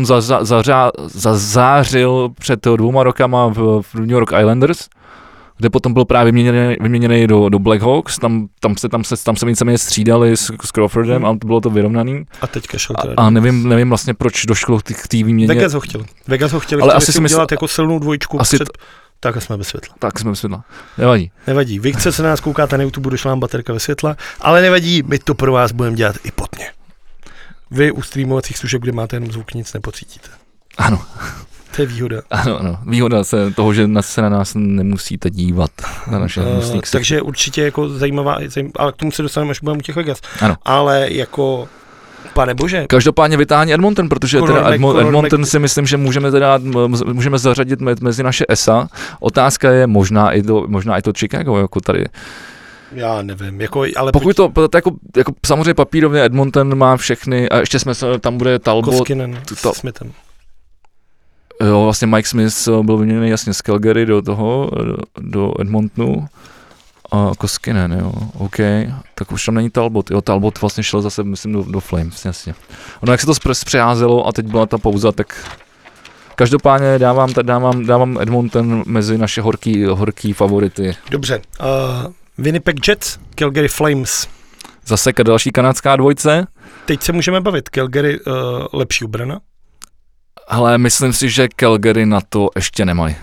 zazářil před 2 rokama v New York Islanders, kde potom byl právě vyměněný do Blackhawks, tam se víceméně střídali s Crawfordem a bylo to vyrovnaný. A teďka šel teda. A nevím vlastně, proč došlo k té výměně. Vegas ho chtěl, ale asi si udělat jako silnou dvojčku tak jsme bez světla. Nevadí. Vy chce se nás koukáte na YouTube, došla nám baterka ve světla, ale nevadí, my to pro vás budeme dělat i potně. Vy u streamovacích služeb, kde máte jenom zvuk, nic nepocítíte. Ano. To je výhoda. Ano. Výhoda toho, že se na nás nemusíte dívat. Na naše takže určitě jako zajímavá, ale k tomu se dostaneme, až budeme u těch Vegas. Ano. Ale jako, pane bože. Každopádně vytáhně Edmonton, protože Edmonton si myslím, že můžeme zařadit mezi naše ESA. Otázka je možná i to Chicago, jako tady. Já nevím, ale pokud to jako samozřejmě papírově Edmonton má všechny a ještě tam bude Talbot. Koskinen s Smithem. Jo, vlastně Mike Smith byl vyměněný jasně z Calgary do Edmontonu. A Koskinen, jo, OK, tak už tam není Talbot, jo, Talbot vlastně šel zase, myslím, do Flames, jasně. Ono, jak se to přeházelo a teď byla ta pauza, tak Každopádně dávám Edmonton mezi naše horký favority. Dobře. Winnipeg Jets, Calgary Flames. Zase další kanadská dvojce. Teď se můžeme bavit. Calgary lepší obrana? Ale myslím si, že Calgary na to ještě nemají.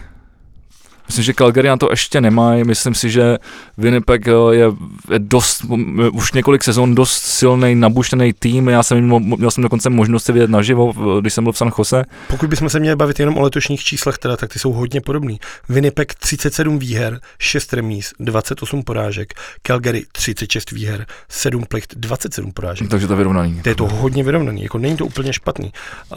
Myslím si, že Winnipeg je dost, už několik sezon dost silný, nabušený tým. Měl jsem dokonce možnost si vidět naživo, když jsem byl v San Jose. Pokud bychom se měli bavit jenom o letošních číslech, tak ty jsou hodně podobný. Winnipeg 37 výher, 6 remíz, 28 porážek. Calgary 36 výher, 7 plicht, 27 porážek. Takže to je vyrovnaný. To je to hodně vyrovnaný, jako není to úplně špatný.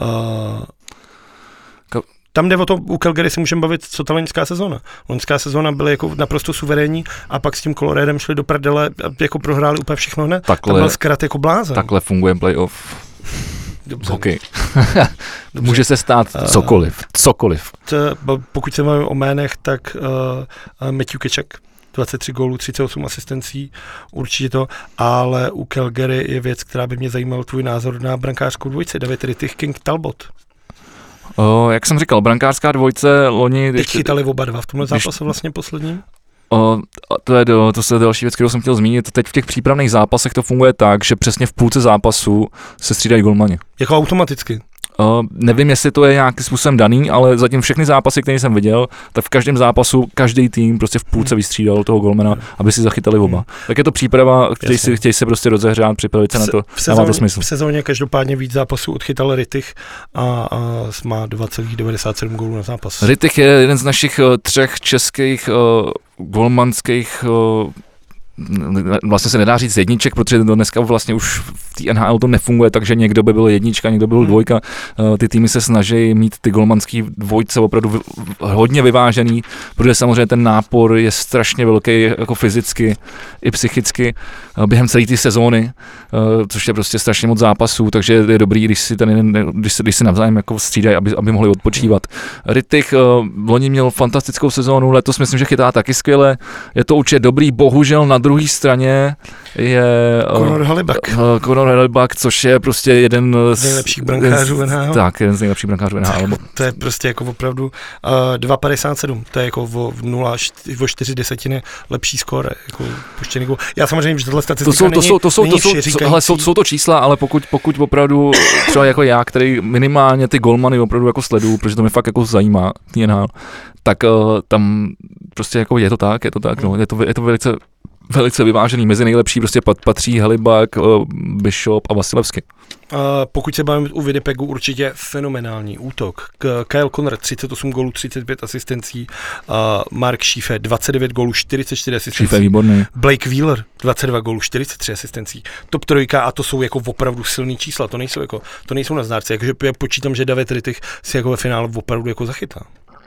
Tam jde o to, u Calgary se můžeme bavit, co ta loňská sezóna. Loňská sezóna byla jako naprosto suverénní a pak s tím Coloradem šli do prdele a jako prohráli úplně všechno hned. Tam byl zkrat jako blázen. Takhle funguje playoff. Hokej. Může se stát cokoliv. Pokud se bavíme o jménech, tak Matthew Tkachuk, 23 gólů, 38 asistencí, určitě to, ale u Calgary je věc, která by mě zajímal tvůj názor na brankářskou dvojici, David Rittich, King Talbot. Jak jsem říkal, brankářská dvojce loni... Teď chytali oba dva v tomhle zápase vlastně posledním? To je další věc, kterou jsem chtěl zmínit. Teď v těch přípravných zápasech to funguje tak, že přesně v půlce zápasu se střídají golmani. Jako automaticky? Nevím, jestli to je nějakým způsobem daný, ale zatím všechny zápasy, které jsem viděl, tak v každém zápasu každý tým prostě v půlce vystřídal toho golmana, aby si zachytali oba. Tak je to příprava, chtějí se prostě rozehřát, připravit se na to. Dává to smysl. V sezóně každopádně víc zápasů odchytal Rittich a má 2,97 gólů na zápas. Rittich je jeden z našich 3 českých golmanských vlastně se nedá říct jedniček, protože to dneska vlastně už v té NHL to nefunguje, takže někdo by byl jednička, někdo byl dvojka. Ty týmy se snaží mít ty golmanský dvojce opravdu hodně vyvážený, protože samozřejmě ten nápor je strašně velký jako fyzicky i psychicky během celé té sezóny, což je prostě strašně moc zápasů, takže je dobrý, když si navzájem jako střídají, aby mohli odpočívat. Rittich loni měl fantastickou sezónu, letos myslím, že chytá taky skvěle, je to určitě dobrý, bohužel na druhé straně je Conor Hellebuyck, což je prostě jeden z nejlepších brankářů NHL. Tak, jeden z nejlepších brankářů NHL. To je prostě jako opravdu 2,57, to je jako o 0,4 desetiny lepší skóre, jako puštěný gól. Já samozřejmě, že tohle statistika není jsou to čísla, ale pokud opravdu třeba jako já, který minimálně ty golmany opravdu jako sleduju, protože to mě fakt jako zajímá, NHL, tak tam prostě jako je to tak, no, je to velice vyvážený, mezi nejlepší prostě patří Hellebuyck, Bishop a Vasilevsky. Pokud se bavíme u Winnipegu, určitě fenomenální útok. Kyle Connor 38 gólů, 35 asistencí, Mark Scheifele 29 gólů, 44 asistencí. Scheifele výborný. Blake Wheeler 22 gólů, 43 asistencí. Top 3 a to jsou jako opravdu silný čísla, to nejsou na znárce, jakože já počítám, že David Rittich si jako ve finále opravdu jako zachytá.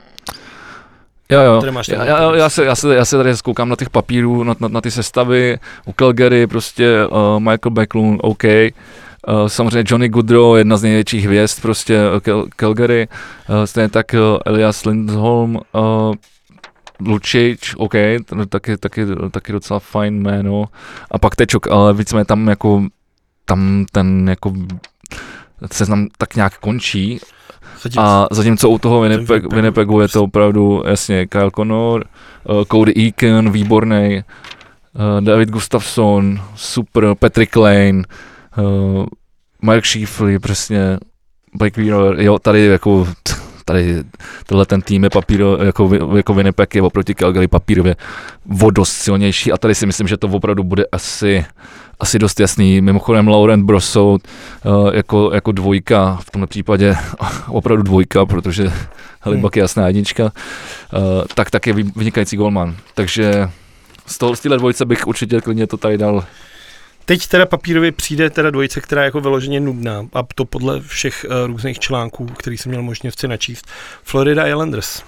Jo. Já se tady zkoukám na těch papírů, na ty sestavy, u Calgary prostě Michael Backlund, OK, samozřejmě Johnny Gaudreau, jedna z největších hvězd prostě Calgary, stejně tak Elias Lindholm, Lucic, OK, taky docela fajn jméno, a pak Tkachuk, ale víceméně tam ten seznam tak nějak končí. A zatímco u toho Winnipegu je to opravdu jasně Kyle Connor, Cody Eakin, výborný, David Gustafsson, super, Patrick Lane, Mark Scheifele, přesně, Blake Wheeler, jo, tady tenhle ten tým je jako Winnipeg je oproti Calgary papírově dost silnější a tady si myslím, že to opravdu bude asi dost jasný. Mimochodem Laurent Brossout jako dvojka, v tomhle případě opravdu dvojka, protože Hellebuyck je jasná jednička, tak je vynikající golman. Takže z téhle dvojce bych určitě klidně to tady dal. Teď teda papírově přijde teda dvojice, která je jako vyloženě nudná, a to podle všech různých článků, který jsem měl možnost si načíst. Florida Islanders.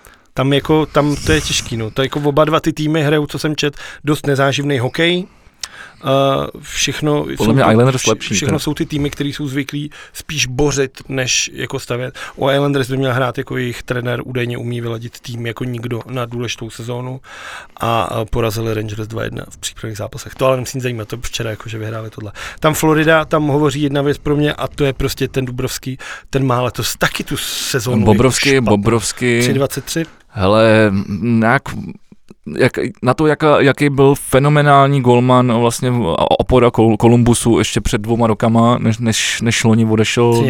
Tam to je těžký, no. To jako oba dva ty týmy hrajou, co jsem čet, dost nezáživný hokej. všechno podle mě Islanders lepší. Všechno jsou ty týmy, které jsou zvyklí spíš bořit, než jako stavět. O Islanders by měl hrát jako jejich trenér, údajně umí vyladit tým jako nikdo na důležitou sezónu a porazili Rangers 2-1 v přípravných zápasech. To ale nemusím zajímat, to včera jakože vyhráli tohle. Tam Florida, tam hovoří jedna věc pro mě a to je prostě ten Dubrovský, ten má letos taky tu sezónu. Bobrovský. 3-23. Hele, na to, jaký byl fenomenální golman vlastně opora Kolumbusu ještě před 2 rokama, než loni odešel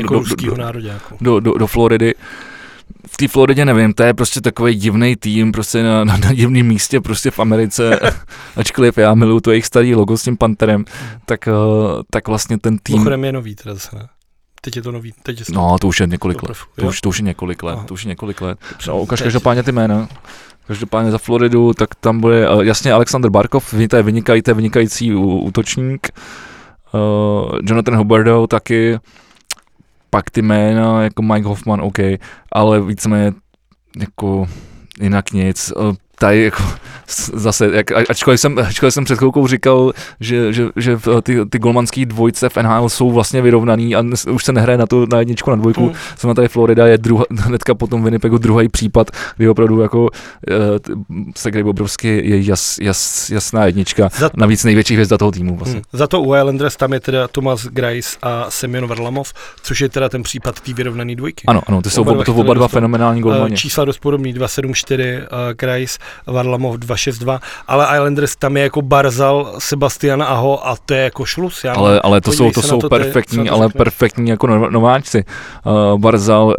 do Floridy. V té Floridě nevím, to je prostě takový divný tým, prostě na divném místě prostě v Americe, ačkoliv já miluju to jejich starý logo s tím panterem, tak vlastně ten tým... Pochodem je nový teda zase, ne? Teď je to nový, no, to už je několik let. To už je několik let. Ukaž každopádně ty jména. Každopádně za Floridu, tak tam bude jasně Alexander Barkov, to je vynikající útočník. Jonathan Huberdeau taky. Pak ty jména jako Mike Hoffman, OK, ale víceméně jako jinak nic. Tady jako zase, ačkoliv jsem před chvilkou říkal, že ty golmanský dvojce v NHL jsou vlastně vyrovnaný a už se nehraje na jedničku, na dvojku. Zrovna tady Florida je hnedka potom Winnipegu druhý případ, kdy opravdu jako Sergej Bobrovský je jasná jednička, navíc největší hvězda toho týmu. Vlastně. Za to u Islanders tam je teda Tomas Greiss a Semyon Varlamov, což je teda ten případ té vyrovnaný dvojky. Ano, ty jsou oba dva fenomenální golmani. Čísla dost podobný, 2,74 Greiss, Varlamov 2,62, ale Islanders tam je jako Barzal, Sebastian Aho a to je jako šlus. Ale to jsou perfektní jako nováčci. Barzal,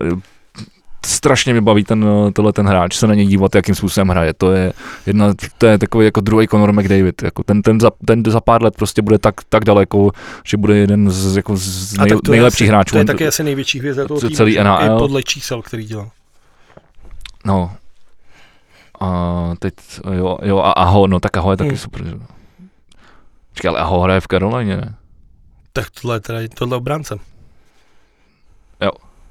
strašně mi baví tenhle hráč, se na něj dívat, jakým způsobem hraje. To je takový jako druhý Conor McDavid. Jako ten za pár let prostě bude tak daleko, že bude jeden z nejlepších hráčů. To je taky asi největší hvězda toho týmu, celý NHL. Podle čísel, který dělal. No. A teď, jo, a Aho, no tak Aho je taky super. Čekaj, ale Aho hraje v Karolíně, ne? Tak tohle obránce. Jo.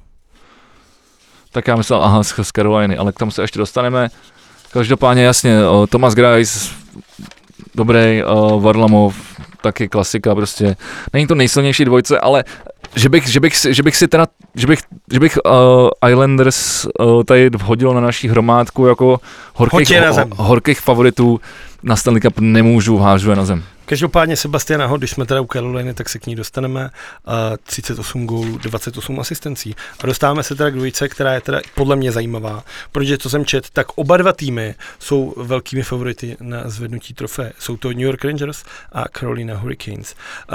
Tak já myslel, z Karolíny, ale k tomu se ještě dostaneme. Každopádně jasně, Tomas Greiss, dobrý, Varlamov, taky klasika prostě. Není to nejsilnější dvojce, ale že bych Islanders tady vhodil na naší hromádku jako horkých favoritů na Stanley Cup nemůžu, hážu je na zem. Každopádně Sebastian Aho, když jsme teda u Caroliny, tak se k ní dostaneme. 38 gólů, 28 asistencí. A dostáváme se teda k dvojice, která je teda podle mě zajímavá, protože co jsem čet, tak oba dva týmy jsou velkými favority na zvednutí trofeje. Jsou to New York Rangers a Carolina Hurricanes.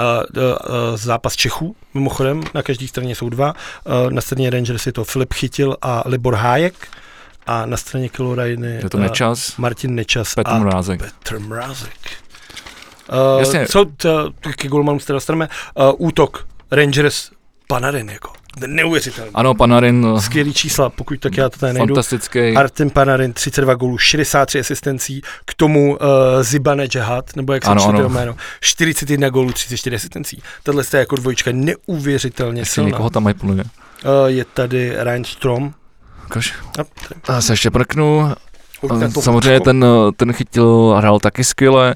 Zápas Čechů, mimochodem, na každé straně jsou dva. Na straně Rangers je to Filip Chytil a Libor Hájek. A na straně Caroliny je to Nečas, Martin Nečas Petr Mrázek. Co ke golmanu se dostaneme? Útok Rangers Panarin, jako neuvěřitelný. Ano, Panarin. Skvělý čísla, pokud tak já to tady nejdu. Fantastický. Artem Panarin, 32 gólů, 63 asistencí, k tomu Zibane Jahat, nebo jak se čte to jméno, 41 gólů, 34 asistencí. Tahle je jako dvojička neuvěřitelně silná. Někoho tam mají plně. Je tady Ryan Strome. Já se ještě prknu. Samozřejmě ten Chytil hrál taky skvěle.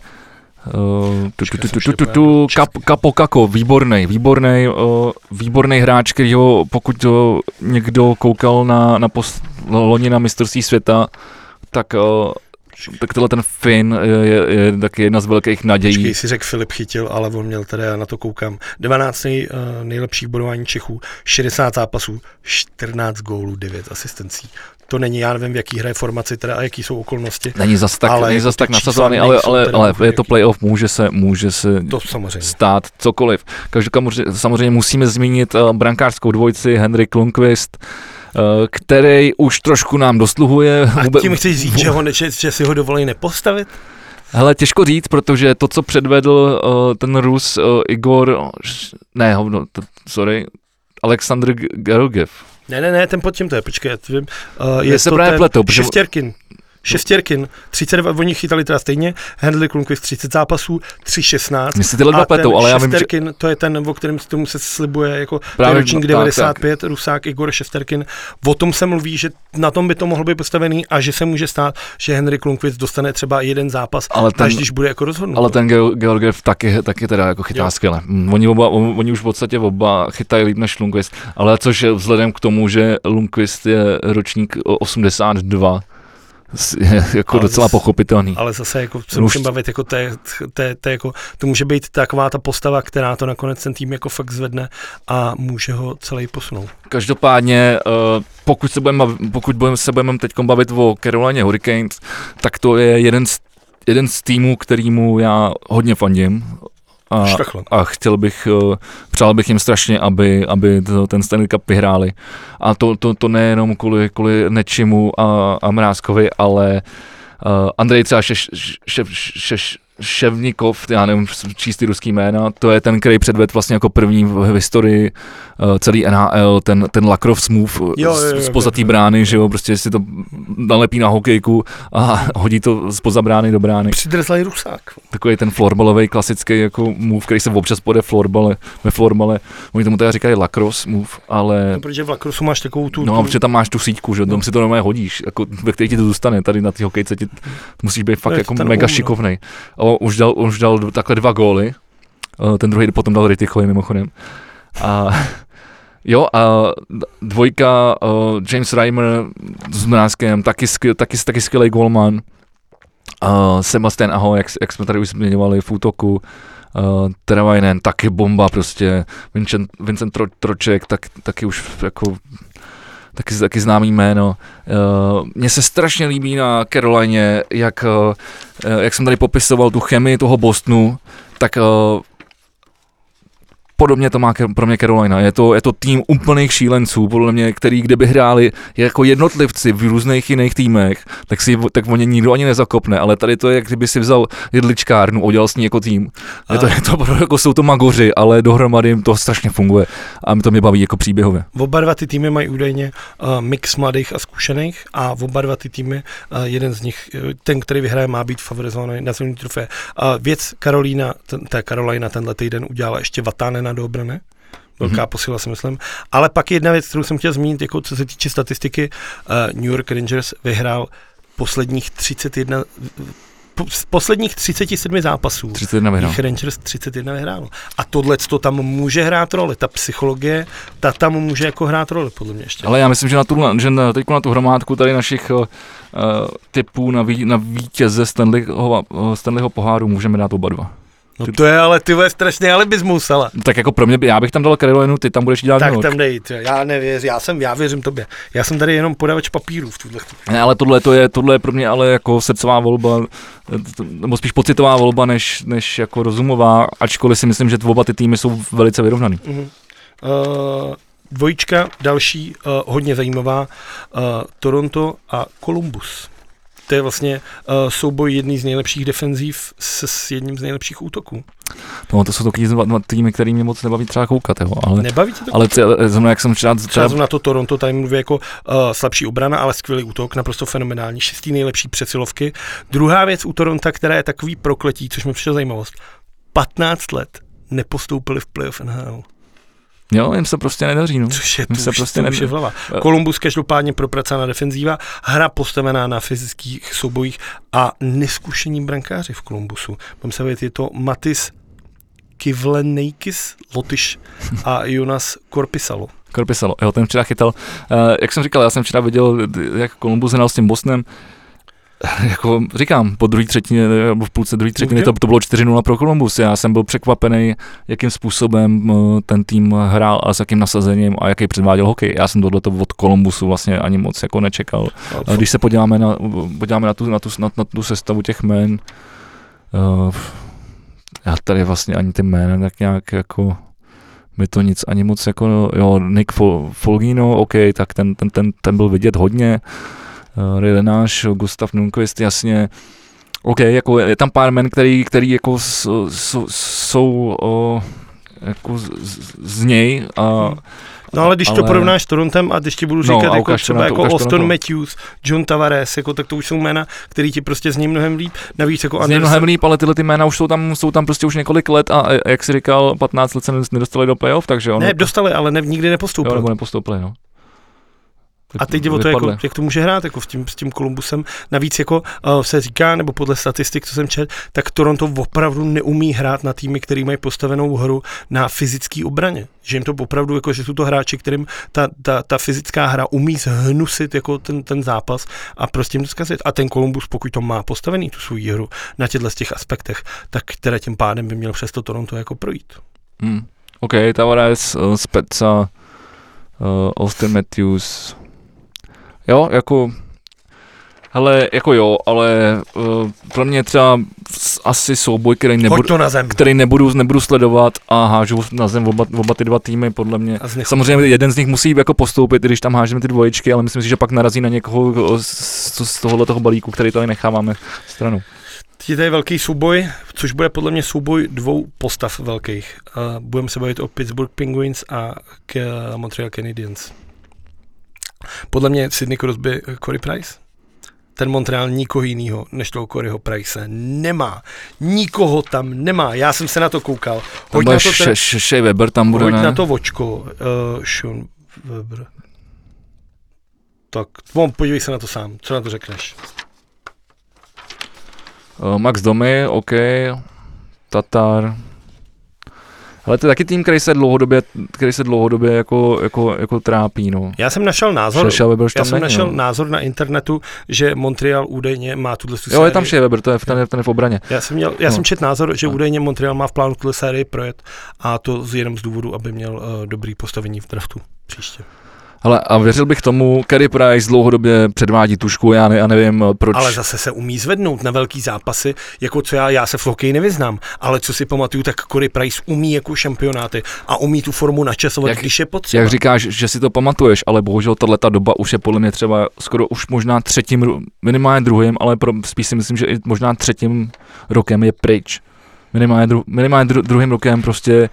Capo Kako, výborný hráč, kterýho pokud někdo koukal na loni na mistrovství světa, tak tohle ten Finn je taky jedna z velkých nadějí. Počkej, si řekl Filip Chytil, ale on měl teda, já na to koukám, 12 nejlepších bodování Čechů, 60 zápasů, 14 gólů, 9 asistencí. To není, já nevím, v jaký hraje formaci teda a jaký jsou okolnosti. Není zas tak nasazovaný, ale je to playoff, může se to stát cokoliv. Samozřejmě musíme zmínit brankářskou dvojici Henrik Lundqvist, který už trošku nám dosluhuje. A tím chceš říct, že si ho dovolí nepostavit? Hele, těžko říct, protože to, co předvedl ten Rus Aleksandr Georgiev. Ne, ten pod tím to je, počkej, já to vím. Je se právě pletou. Šestěrkin. Šestěrkin, 32, oni chytali teda stejně, Hendrik Lundqvist 30 zápasů, 3-16. Mně se tyhle dva pletou, ale já vím, Šesterkin, to je ten, o kterém tomu se slibuje jako ročník 95, tak. Rusák Igor Šesterkin. O tom se mluví, že na tom by to mohlo být postavený a že se může stát, že Hendrik Lundqvist dostane třeba jeden zápas, až když bude jako rozhodnut. Ale ten Georgiev taky teda jako chytá skvěle. Oni už v podstatě oba chytají líp než Lundqvist, ale což je vzhledem k tomu, že Lundqvist je ročník 82, je jako docela pochopitelný. Ale zase jako se musím bavit, jako to může být taková ta postava, která to nakonec ten tým jako fakt zvedne a může ho celý posunout. Každopádně, pokud se budeme teď bavit o Carolině Hurricanes, tak to je jeden z týmů, kterýmu já hodně fandím. A přál bych jim strašně, aby ten Stanley Cup vyhráli. A to nejenom kvůli Nečimu a Mrázkovi, ale Andrej třeba Ševnikov, já nevím číst ty ruský jména, to je ten, který předvedl vlastně jako první v historii celý NHL, ten lacrosse move z pozatý brány, že jo, prostě si to nalepí na hokejku a hodí to z poza brány do brány. Přidrzlej Rusák. Takový ten florbalový klasický jako move, který se občas pode ve florbale. Oni tomu teda říkají lacrosse move, ale... No, protože v lacrosse máš takovou tu... No, protože tam máš tu síťku, že tam si to normálně hodíš, jako, ve které ti to zůstane, tady na té hokejce musíš být fakt jako mega šikovnej. Už dal takhle 2 góly, ten druhý potom dal Rittichovi mimochodem. A jo, a dvojka James Reimer s Mrázkem, taky skvělý gólman. Sebastian Aho, jak jsme tady už zmiňovali v útoku. Teravainen, taky bomba prostě. Vincent Troček, taky už jako... Taky známý jméno. Mně se strašně líbí na Carolině, jak jsem tady popisoval tu chemii toho Bostonu, tak podobně to má pro mě Carolina. Je to tým úplných šílenců, podle mě, který kdyby hráli jako jednotlivci v různých jiných týmech, tak o ně nikdo ani nezakopne, ale tady to je, jak kdyby si vzal jedličkárnu, udělal s ní jako tým. Jako jsou to magoři, ale dohromady jim to strašně funguje a to mě baví jako příběhově. Oba dva ty týmy mají údajně mix mladých a zkušených a oba dva ty týmy, jeden z nich, ten, který vyhraje, má být favorizovaný na silný trofé. Věc Carolina tenhle týden udělala ještě Vatanen do obrany. Velká posila, si myslím. Ale pak jedna věc, kterou jsem chtěl zmínit, jako co se týče statistiky, New York Rangers vyhrál posledních 37 zápasů. 31 vyhrál. Rangers 31 vyhrál. A tohleto tam může hrát roli. Ta psychologie, ta tam může jako hrát roli, podle mě ještě. Ale já myslím, že teď na tu hromádku tady našich typů na vítěze Stanleyho poháru můžeme dát oba dva. No to je ale, ty vole, strašný alibismus, ale. Tak jako pro mě, já bych tam dal Carolinu, ty tam budeš dělat tak tam dej, já nevěřím, já věřím tobě. Já jsem tady jenom podavač papírů v tuhle chvíli. Ne, ale tohle je pro mě ale jako srdcová volba, nebo spíš pocitová volba, než jako rozumová, ačkoliv si myslím, že oba ty týmy jsou velice vyrovnaný. Dvojička, další, hodně zajímavá, Toronto a Columbus. To je vlastně souboj jedný z nejlepších defenzív s jedním z nejlepších útoků. No, to jsou taky dva týmy, který mě moc nebaví třeba koukat, jo, ale... Nebaví tě to? Ale zrovna, jak jsem třeba na to Toronto, tady mluví jako slabší obrana, ale skvělý útok, naprosto fenomenální, 6. nejlepší přesilovky. Druhá věc u Toronto, která je takový prokletí, což mi přišlo zajímavost, 15 let nepostoupili v playoff NHL. Jo, jim se prostě nedaří, no. Což je prostě hlava. Columbus každopádně propracovaná defenzíva, hra postavená na fyzických soubojích a neskušení brankáři v Columbusu. Mám se vědět, je to Matis Kivleneikis, Lotyš a Jonas Korpisalo. Jo, ten včera chytal. Jak jsem říkal, já jsem včera viděl, jak Columbus hrál s tím Bostonem. Jako říkám, po druhé třetině, nebo v půlce druhé třetiny to bylo 4-0 pro Columbus. Já jsem byl překvapený, jakým způsobem ten tým hrál a s jakým nasazením a jaký předváděl hokej. Já jsem tohleto od Columbusu vlastně ani moc jako nečekal. Když se podíváme na tu sestavu těch jmén, já tady vlastně ani ty jména tak nějak jako mi to nic ani moc jako, jo, Nick Folgino, OK, tak ten byl vidět hodně. Rilenáš, Gustav Nunquist, jasně, OK, jako je tam pár men, který jako jsou jako z něj a no ale když to porovnáš s Torontem a když ti budu říkat jako třeba jako Auston Matthews, John Tavares, jako, tak to už jsou jména, který ti prostě zní mnohem líp. Navíc jako Anderson. Mnohem líp, ale tyhle ty jména už jsou tam prostě už několik let a jak jsi říkal, 15 let se nedostali do playoff, takže ono... Ne, dostali, ale nikdy nepostoupili. Jo, nebo nepostoupili, no. A teď jde o to, jako, jak to může hrát jako s tím Columbusem. Navíc jako se říká, nebo podle statistik, co jsem četl, tak Toronto opravdu neumí hrát na týmy, který mají postavenou hru na fyzické obraně. Že jim to opravdu, jako, že jsou to hráči, kterým ta fyzická hra umí zhnusit jako ten zápas a prostě jim to zkazit. A ten Columbus, pokud to má postavený tu svou hru na těchto těch aspektech, tak teda tím pádem by měl přes to Toronto jako projít. OK, Tavares, Spezza, Auston Matthews. Jo, jako, hele, jako jo, ale pro mě třeba asi souboj, který nebudu sledovat a hážu na zem oba ty dva týmy, podle mě. Samozřejmě jeden z nich musí jako postoupit, když tam hážeme ty dvojičky, ale myslím si, že pak narazí na někoho z tohohletoho balíku, který tady necháváme stranou. Teď je velký souboj, což bude podle mě souboj dvou postav velkých. Budeme se bavit o Pittsburgh Penguins a Montreal Canadiens. Podle mě Sidney Crosby, Corey Price. Ten Montreal nikoho jinýho než toho Coreyho Price nemá. Nikoho tam nemá. Já jsem se na to koukal. Hoď na to Shea Weber tam bude, hoď na to vočko. Sean Weber. Tak, podívej se na to sám. Co na to řekneš? Max Domi, OK. Tatar. Ale to je taky tým, který se dlouhodobě jako trápí, no. Já jsem našel názor na internetu, že Montreal údajně má tuhle sérii. Jo, je tam Shea Weber, ten je v obraně. Já jsem četl názor, že údajně Montreal má v plánu tuhle sérii projet a to jenom z důvodu, aby měl dobrý postavení v draftu příště. Ale a věřil bych tomu, Carey Price dlouhodobě předvádí tušku, já nevím proč. Ale zase se umí zvednout na velký zápasy, jako co já se v hokeji nevyznám, ale co si pamatuju, tak Corey Price umí jako šampionáty a umí tu formu načasovat, když je potřeba. Jak říkáš, že si to pamatuješ, ale bohužel tato doba už je podle mě třeba skoro už možná třetím, minimálně druhým, ale spíš si myslím, že i možná třetím rokem je pryč. Minimálně druhým rokem prostě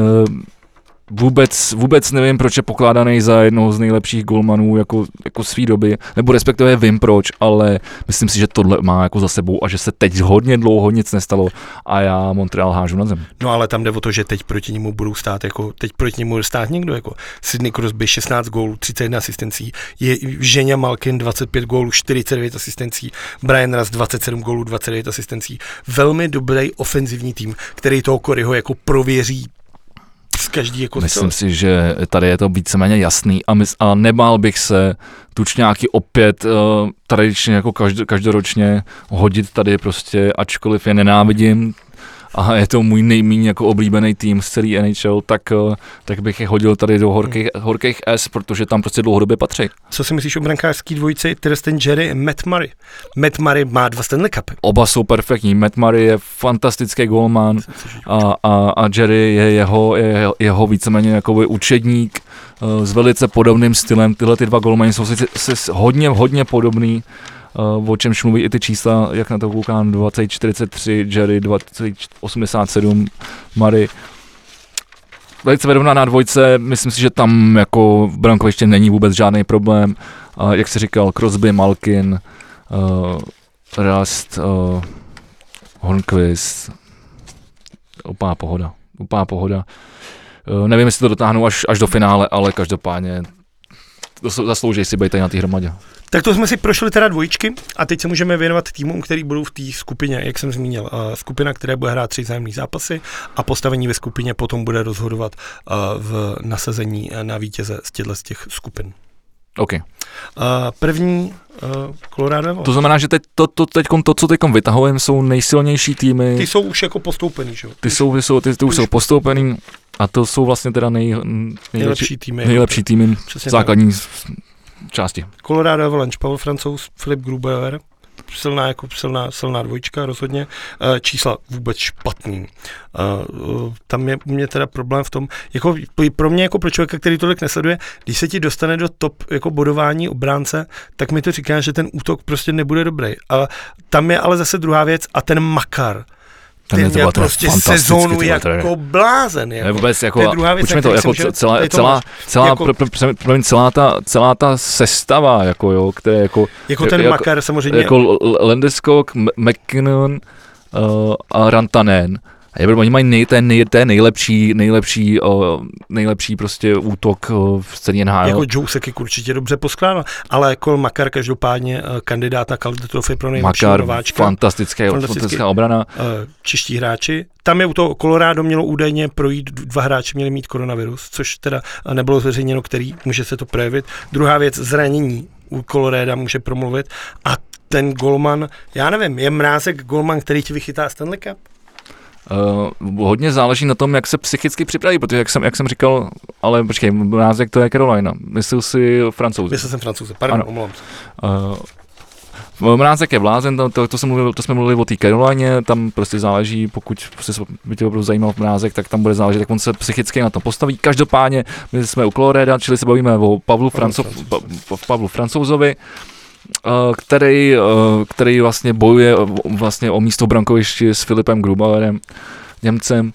Vůbec nevím, proč je pokládaný za jednoho z nejlepších golmanů jako svý doby, nebo respektive vím proč, ale myslím si, že tohle má jako za sebou a že se teď hodně dlouho nic nestalo a já Montreal hážu na zem. No ale tam jde o to, že teď proti němu budou stát někdo, jako Sidney Crosby 16 gólů, 31 asistencí, je Ženja Malkin 25 gólů, 49 asistencí, Brian Russ 27 gólů, 29 asistencí. Velmi dobrý ofenzivní tým, který toho Coreyho jako prověří. Myslím si, že tady je to víceméně jasný a nebál bych se tučňáky opět tradičně jako každoročně hodit tady prostě, ačkoliv je nenávidím a je to můj nejméně jako oblíbený tým z celý NHL, tak bych je hodil tady do horkých S, protože tam prostě dlouhodobě patří. Co si myslíš o brankářský dvojici Tristan Jarry, Matt Murray? Matt Murray má 2 Stanley Cupy. Oba jsou perfektní. Matt Murray je fantastický golman a Jarry je jeho víceméně jakoby učedník s velice podobným stylem. Tyhle ty dva golmani jsou si hodně podobný. O čemž mluví i ty čísla, jak na to koukám, 2043, Jarry 2087, Murray. Velice vyrovnaná dvojce, myslím si, že tam jako v brankovišti není vůbec žádný problém. Jak jsi říkal, Crosby, Malkin, Rust, Hornqvist, úplná pohoda. Nevím, jestli to dotáhnou až do finále, ale každopádně zaslouží si být tady na té hromadě. Tak to jsme si prošli teda dvojičky a teď se můžeme věnovat týmům, který budou v té skupině, jak jsem zmínil, skupina, která bude hrát 3 vzájemné zápasy a postavení ve skupině potom bude rozhodovat v nasazení na vítěze z těch skupin. OK. První Colorado. To znamená, že to, co teď vytahujeme, jsou nejsilnější týmy. Ty jsou už jako postoupený, že jo? Ty už jsou postoupený a to jsou vlastně teda nejlepší týmy základní části. Colorado Avalanche, Pavel Francouz, Filip Grubauer, silná dvojička rozhodně, čísla vůbec špatný. Tam je u mě teda problém v tom, jako pro mě jako pro člověka, který tolik nesleduje, když se ti dostane do top jako bodování obránce, tak mi to říká, že ten útok prostě nebude dobrý. A tam je ale zase druhá věc a ten Makar. Ten měl prostě sezónu jako blázen. Jako. Vůbec jako, to je druhá věc, to, jako celá ta sestava, jako jo, které jako ten Makar samozřejmě. Jako Landeskog, McKinnon a Rantanen. Oni mají nejlepší prostě útok v scéně NHL. Jako Joe Sakic určitě dobře poskládal, ale Cole Makar každopádně kandidát na Calder Trophy pro nejlepšího nováčka. Fantastická obrana. Čeští hráči. Tam je u toho Colorado mělo údajně projít, 2 hráči měli mít koronavirus, což teda nebylo zveřejněno, který, může se to projevit. Druhá věc, zranění u Colorado může promluvit a ten golman, já nevím, je Mrázek golman, který ti vychytá Stanley Cup? Hodně záleží na tom, jak se psychicky připraví, protože jak jsem říkal, ale počkej, Mrázek to je Carolina, myslel si Francouze. Myslel jsem Francouze, pardon, omlouvám se. Mrázek je blázen, to jsme mluvili o té Carolině, tam prostě záleží, pokud by tě opravdu zajímal Mrázek, tak tam bude záležet, jak on se psychicky na to postaví. Každopádně my jsme u Colorado, čili se bavíme o Pavlu Francouzovi, který vlastně bojuje vlastně o místo v brankovišti s Filipem Grubauerem, Němcem,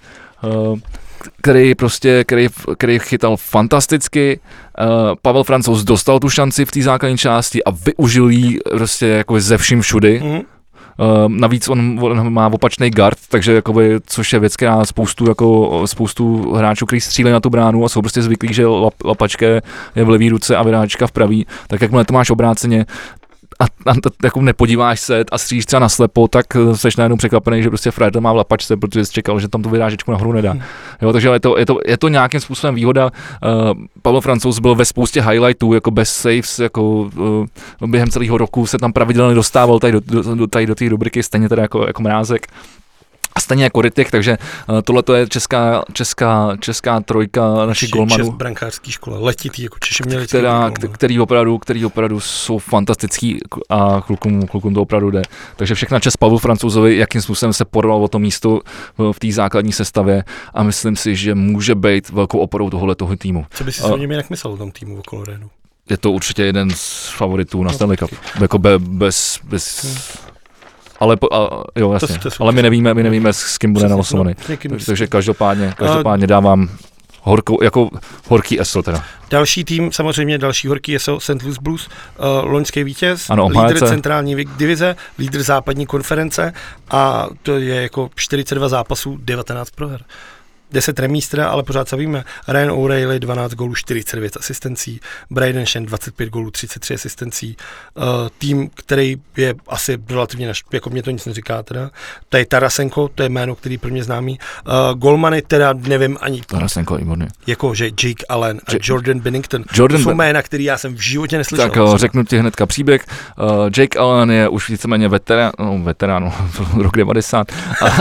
který chytal fantasticky. Pavel Francouz dostal tu šanci v té základní části a využil ji prostě jako ze vším všudy. Navíc on má opačný guard, takže jakoby, což je věc, která spoustu hráčů, kteří střílejí na tu bránu a jsou prostě zvyklí, že lapačka je v levý ruce a vyráčka v pravý, tak jakmile to máš obráceně a jako nepodíváš se a střílíš třeba naslepo, tak seš najednou překvapený, že prostě Fred má v lapačce, protože jsi čekal, že tam tu vyrážečku nahoru nedá. Jo, takže je to nějakým způsobem výhoda. Pavel Francouz byl ve spoustě highlightů, jako bez saves, jako během celého roku se tam pravidelně dostával tady do té rubriky, stejně teda jako Mrázek. A stejně jako Rittig, takže tohle je česká trojka našich golmanů. 6 brankářský škola, letitý, jako Češi měli který opravdu jsou fantastický a klukům to opravdu jde. Takže všechna čest Pavlu Francouzovi, jakým způsobem se porval o to místo v té základní sestavě a myslím si, že může být velkou oporou tohoto týmu. Co by si o něm jinak myslel o tom týmu okolo Coloradu? Je to určitě jeden z favoritů na Stanley Cup. Jako bez ale jo, jasně. Ale my nevíme, s kým bude nalosovaný. Takže každopádně dávám horký ESO teda. Další tým, samozřejmě další horký ESO, St. Louis Blues, loňský vítěz, ano, lídr centrální divize, lídr západní konference a to je jako 42 zápasů, 19 proher. 10 remíz teda, ale pořád se víme. Ryan O'Reilly 12 gólů, 49 asistencí, Braden Shen 25 gólů, 33 asistencí. Tým, který je asi relativně, jako mě to nic neříká teda. To je Tarasenko, to je jméno, který pro mě známý. Golmany teda nevím ani. Tarasenko, výborně. Jako, že Jake Allen a Jordan Binnington. To jsou jména, který já jsem v životě neslyšel. Tak řeknu ti hnedka příběh. Jake Allen je už víceméně veterán, rok 90.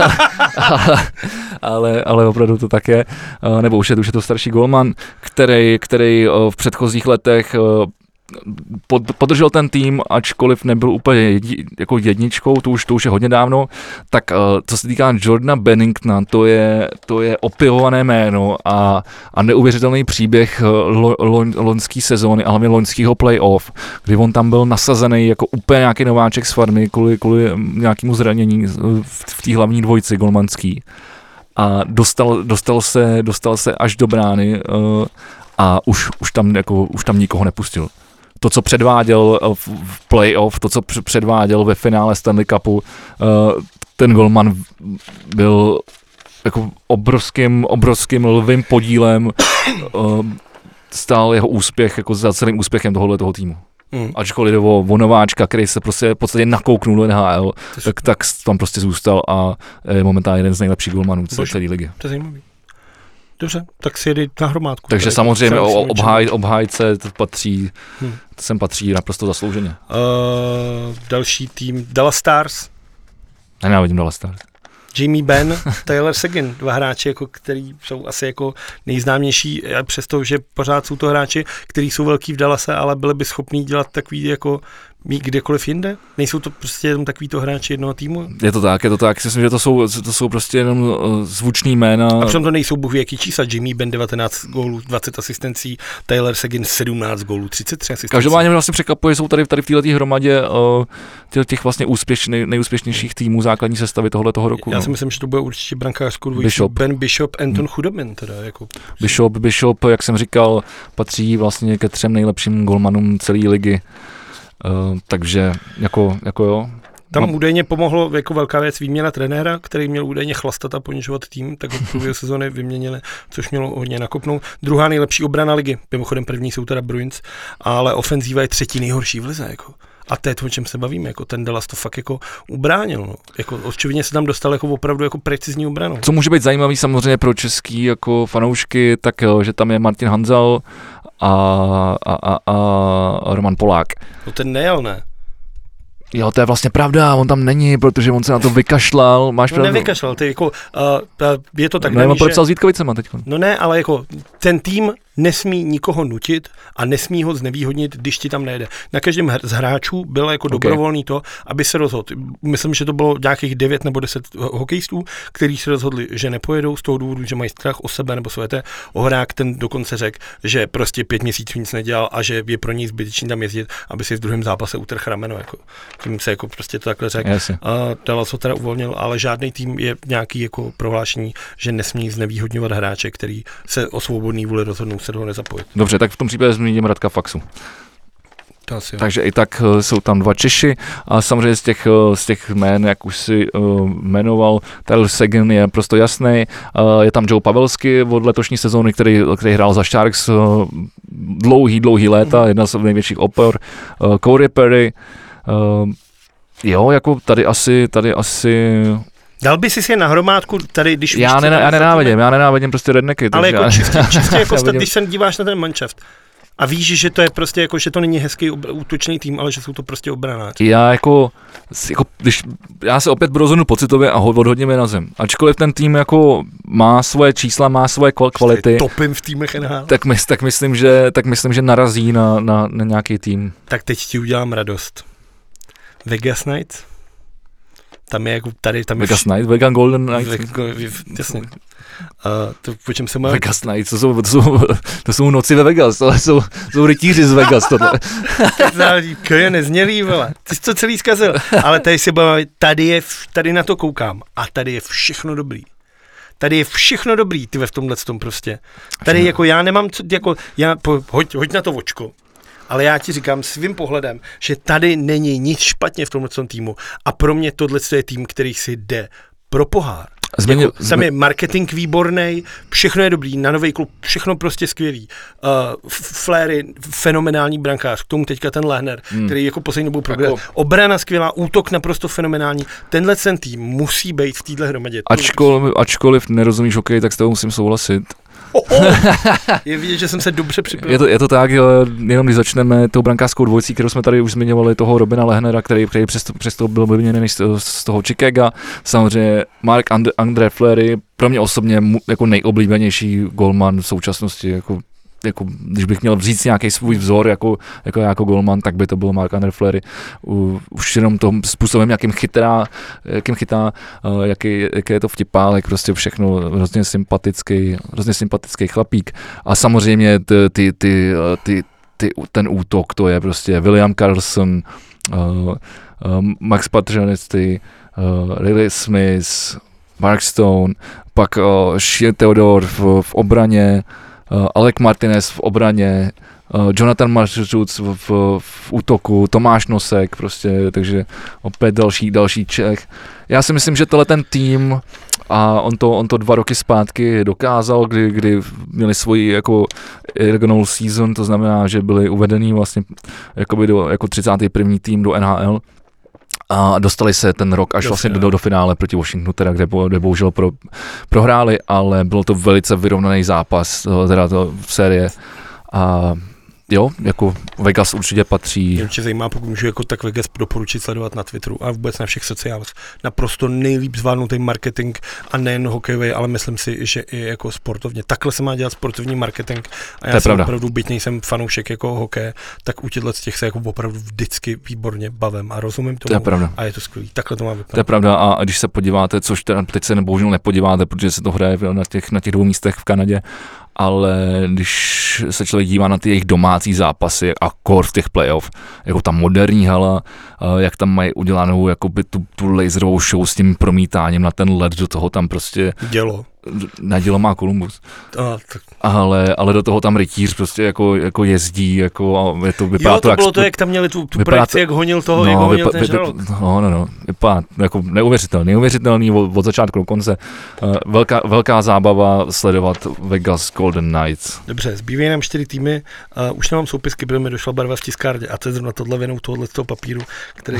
ale opravdu to tak je, nebo už je to starší golman, který v předchozích letech podržel ten tým, ačkoliv nebyl úplně jako jedničkou, to už je hodně dávno, tak co se týká Jordana Binningtona, to je opilované jméno a neuvěřitelný příběh loňský sezóny, ale hlavně loňského playoff, kdy on tam byl nasazený jako úplně nějaký nováček z farmy kvůli nějakému zranění v té hlavní dvojici golmanský. A dostal se až do brány a už tam nikoho nepustil. To, co předváděl v playoff, to, co předváděl ve finále Stanley Cupu, ten golman byl jako obrovským lvým podílem, stál jeho úspěch jako za celým úspěchem toho týmu. Ačkoliv jde o nováčka, který se prostě v podstatě nakouknul do NHL, tak tam prostě zůstal a je momentálně jeden z nejlepších golmanů celé ligy. To je zajímavý. Dobře, tak si jedi na hromádku. Takže samozřejmě obhájce sem patří naprosto zaslouženě. Další tým Dallas Stars. Nenávidím Dallas Stars. Jamie Benn, Tyler Seguin, 2 hráči, jako, který jsou asi jako nejznámější, přesto, že pořád jsou to hráči, kteří jsou velký v Dallase, ale byli by schopní dělat takový jako mít kdekoliv jinde? Nejsou to prostě jenom takovýto hráči jednoho týmu? Je to tak. Myslím, že to jsou prostě jenom zvučný jména. A přitom to nejsou bůh jaký čísla. Jimmy Ben 19 gólů, 20 asistencí, Tyler Seguin 17 gólů, 33 asistencí. Každopádně mě vlastně překvapuje, jsou tady v této hromadě těch vlastně nejúspěšnějších týmů základní sestavy tohoto roku. Já si myslím, že to bude určitě brankářskou dvojici. Ben Bishop, Anton Chudobin teda. Jako. Bishop, jak jsem říkal, patří vlastně ke 3 nejlepším golmanům celé ligy. Takže jako jo. Tam údajně pomohlo jako velká věc výměna trenéra, který měl údajně chlastat a ponižovat tým, tak v průběhu sezóny vyměnili, což mělo hodně nakopnout. Druhá nejlepší obrana ligy, mimochodem první jsou teda Bruins, ale ofenzíva je 3. nejhorší v lize. Jako. A to je to, o čem se bavíme, jako ten Dallas to fakt jako ubránil. No. Jako, očividně se tam dostal jako opravdu jako precizní obranou. Co může být zajímavý samozřejmě pro český jako fanoušky, tak že tam je Martin Hanzal a Roman Polák. No ten nejel, ne? Jo, to je vlastně pravda, on tam není, protože on se na to vykašlal, máš pravdu. Nevykašlal, ty jako, je to tak daný, že... podepsal s Vítkovicema teď. No ne, ale jako ten tým nesmí nikoho nutit a nesmí ho znevýhodnit, když ti tam nejde. Na každém z hráčů bylo jako dobrovolný to, aby se rozhodl. Myslím, že to bylo nějakých 9 nebo 10 hokejistů, kteří se rozhodli, že nepojedou z toho důvodu, že mají strach o sebe nebo své. Ohrák ten dokonce řekl, že prostě 5 měsíců nic nedělal a že je pro něj zbytečný tam jezdit, aby si v druhém zápase utrhl rameno. Jako. Tím se jako prostě to takhle řekl. A Dallas ho teda uvolnil, ale žádný tým je nějaký jako prohlášení, že nesmí znevýhodňovat hráče, který se o svobodný vůli rozhodnou se do toho nezapojit. Dobře, tak v tom případě zmíním Radka Faxu. Takže i tak jsou tam 2 Češi a samozřejmě z těch jmén, jak už si jmenoval, Tyler Seguin je prosto jasný, je tam Joe Pavelski od letošní sezóny, který hrál za Sharks dlouhý léta, jedna z největších opor, Corey Perry, jo, jako tady asi dal by si je na hromádku tady, když... Já nenávidím prostě rednecky. Ale jako čistě jako když se díváš na ten manšaft a víš, že to je prostě jako, že to není hezký útočný tým, ale že jsou to prostě obranáři. Já se opět rozhodnu pocitově a odhodím je na zem. Ačkoliv ten tým jako má svoje čísla, má svoje kvality. Topím v týmech NHL. Tak myslím, že narazí na nějaký tým. Tak teď ti udělám radost. Vegas Knights? Tam je jako tady, tam Vegas Knights, Vegas Golden Knights. Jasně. To po čem se má? Vegas Knights, to jsou noci ve Vegas, to jsou rytíři z Vegas, tohle. Je neznělý, vole. Ty jsi to celý zkazil. Ale tady se baví, tady na to koukám a tady je všechno dobrý. Tady je všechno dobrý, ty v tomhle tom prostě. Tady jako já nemám, hoď na to očko. Ale já ti říkám svým pohledem, že tady není nic špatně v tomhle týmu a pro mě tohle je tým, který si jde pro pohár. Tam je marketing výborný, všechno je dobrý, na nový klub, všechno prostě skvělý. Fleury, fenomenální brankář, k tomu teďka ten Lehner, který jako poslední dobou progres. Obrana skvělá, útok naprosto fenomenální. Tenhle tým musí být v téhle hromadě. Ačkoliv nerozumíš hokej, tak s tebou musím souhlasit. Je vidět, že jsem se dobře připravil. Je to tak, jenom když začneme tou brankářskou dvojicí, kterou jsme tady už zmiňovali, toho Robina Lehnera, který přesto byl vyměněný z toho Chicaga. Samozřejmě Marc-André Fleury, pro mě osobně jako nejoblíbenější golman v současnosti, jako když bych měl říct nějaký svůj vzor jako golman, tak by to bylo Marc-André Fleury. Už jenom tom způsobem, jakým chytá, jaký je to vtipálek, prostě všechno hrozně sympatický chlapík. A samozřejmě ten útok, to je prostě William Karlsson, Max Pacioretty, Riley Smith, Mark Stone, pak Shea Theodore v obraně, Alec Martinez v obraně, Jonathan Marchuk v útoku, Tomáš Nosek, prostě, takže opět další Čech. Já si myslím, že tenhle ten tým, a on to 2 roky zpátky dokázal, kdy měli svoji jako regional season, to znamená, že byli uvedení vlastně jako 31. tým do NHL. A dostali se ten rok až vlastně do finále proti Washingtonu, teda, kde bohužel prohráli, ale bylo to velice vyrovnaný zápas, teda to v série. A Jo, jako Vegas určitě patří. Mě určitě zajímá, pokud můžu jako tak Vegas doporučit sledovat na Twitteru a vůbec na všech sociálech. Naprosto nejlíp zvládnutý marketing a nejen hokejový, ale myslím si, že i jako sportovně. Takhle se má dělat sportovní marketing a já jsem opravdu, byť nejsem fanoušek jako hokeje, tak u těchto těch se jako opravdu vždycky výborně bavím a rozumím tomu. To je pravda. A je to skvělý. Takhle to má vypadat. To je pravda a když se podíváte, což teď se bohužel nepodíváte, protože se to hraje na těch 2 místech v Kanadě, ale když se člověk dívá na ty jejich domácí zápasy a kor v těch playoff, jako ta moderní hala, jak tam mají udělanou jakoby tu laserovou show s tím promítáním na ten led, do toho tam prostě... Na dělo má Columbus. Ale do toho tam rytíř prostě jako jezdí, jako a je to vypadá jo, to bylo to, jak tam měli tu projekci, jak honil toho, jak honil ten žralok. No, vypadá jako neuvěřitelný od začátku do konce. Velká zábava sledovat Vegas Golden Knights. Dobře, zbývají nám 4 týmy, už nemám soupisky, protože mi došla barva v tiskárně a to je zrovna tohle vinou tohohle z toho papíru, který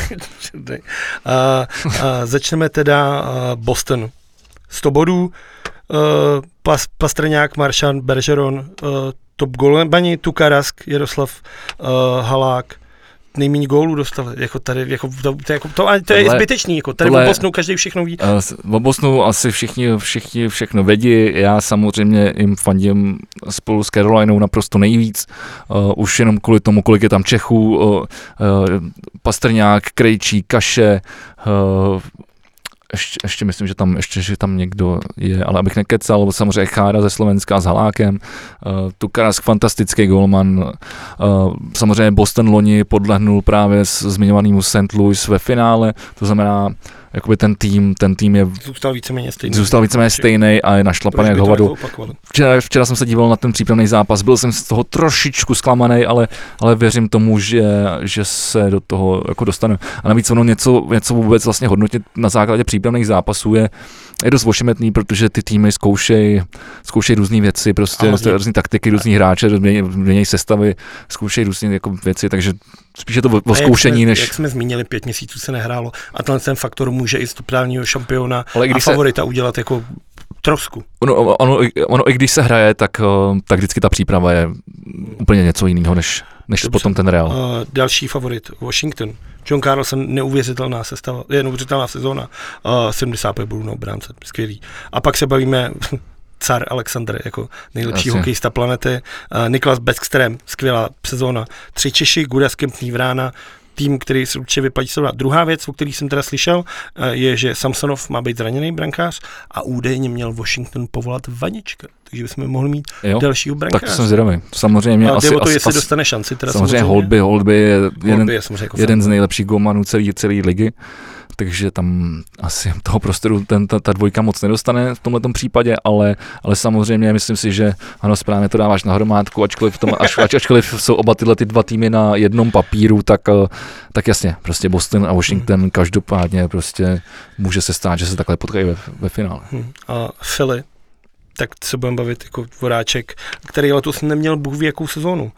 začneme teda Boston. 100 bodů, Pastrňák, Marchand, Bergeron, top golmani, Tukarask, Jaroslav Halák, nejméně gólů dostali, jako tady, to je zbytečný, jako tady v Bostonu každý všechno ví. V Bostonu asi všichni všechno vědí, já samozřejmě jim fandím spolu s Carolinou naprosto nejvíc, už jenom kvůli tomu, kolik je tam Čechů, Pastrňák, Krejčí, Kaše, ještě myslím, že tam někdo je, ale abych nekecal, samozřejmě Chára ze Slovenska s Halákem, Tukarask fantastický golman, samozřejmě Boston loni podlehnul právě s zmiňovanému St. Louis ve finále, to znamená, jakoby ten tým je... Zůstal víceméně stejný a je našlapaný jak hovado. Včera jsem se díval na ten přípravný zápas, byl jsem z toho trošičku zklamaný, ale věřím tomu, že se do toho jako dostane. A navíc ono něco vůbec vlastně hodnotit na základě přípravných zápasů je dost ošemetný, protože ty týmy zkoušejí různé věci, prostě různé taktiky, různý hráče, mění sestavy, zkoušejí různé jako věci, takže spíše to o zkoušení, než... Jak jsme zmínili, 5 měsíců se nehrálo a ten faktor může i z totálního šampiona a favorita udělat jako trosku. Ono i když se hraje, tak vždycky ta příprava je úplně něco jiného, než potom ten reál. Další favorit, Washington. John Carlson, neuvěřitelná sestava, neuvěřitelná sezóna, 75 bodů na obránce, skvělý. A pak se bavíme car Alexander, jako nejlepší hokejista planety, Niklas Bäckström, skvělá sezóna, 3 Češi, Gudas Kempný, Vrána, tým, který se určitě vyplatí sledovat. Druhá věc, o který jsem teda slyšel, je, že Samsonov má být zraněný brankář a údajně měl Washington povolat Vanička, takže bychom mohli mít dalšího brankáře. Tak to jsem zvědavý. Samozřejmě asi jestli dostane šanci. Teda samozřejmě Holtby je jeden z nejlepších golmanů celé ligy. Takže tam asi toho prostoru ta dvojka moc nedostane v tomhletom případě, ale samozřejmě myslím si, že ano, správně to dáváš na hromádku, ačkoliv jsou oba tyhle 2 týmy na jednom papíru, tak jasně, prostě Boston a Washington každopádně prostě může se stát, že se takhle potkají ve finále. A Philly, tak se budeme bavit jako Voráček, který letos neměl bůh ví jakou sezónu.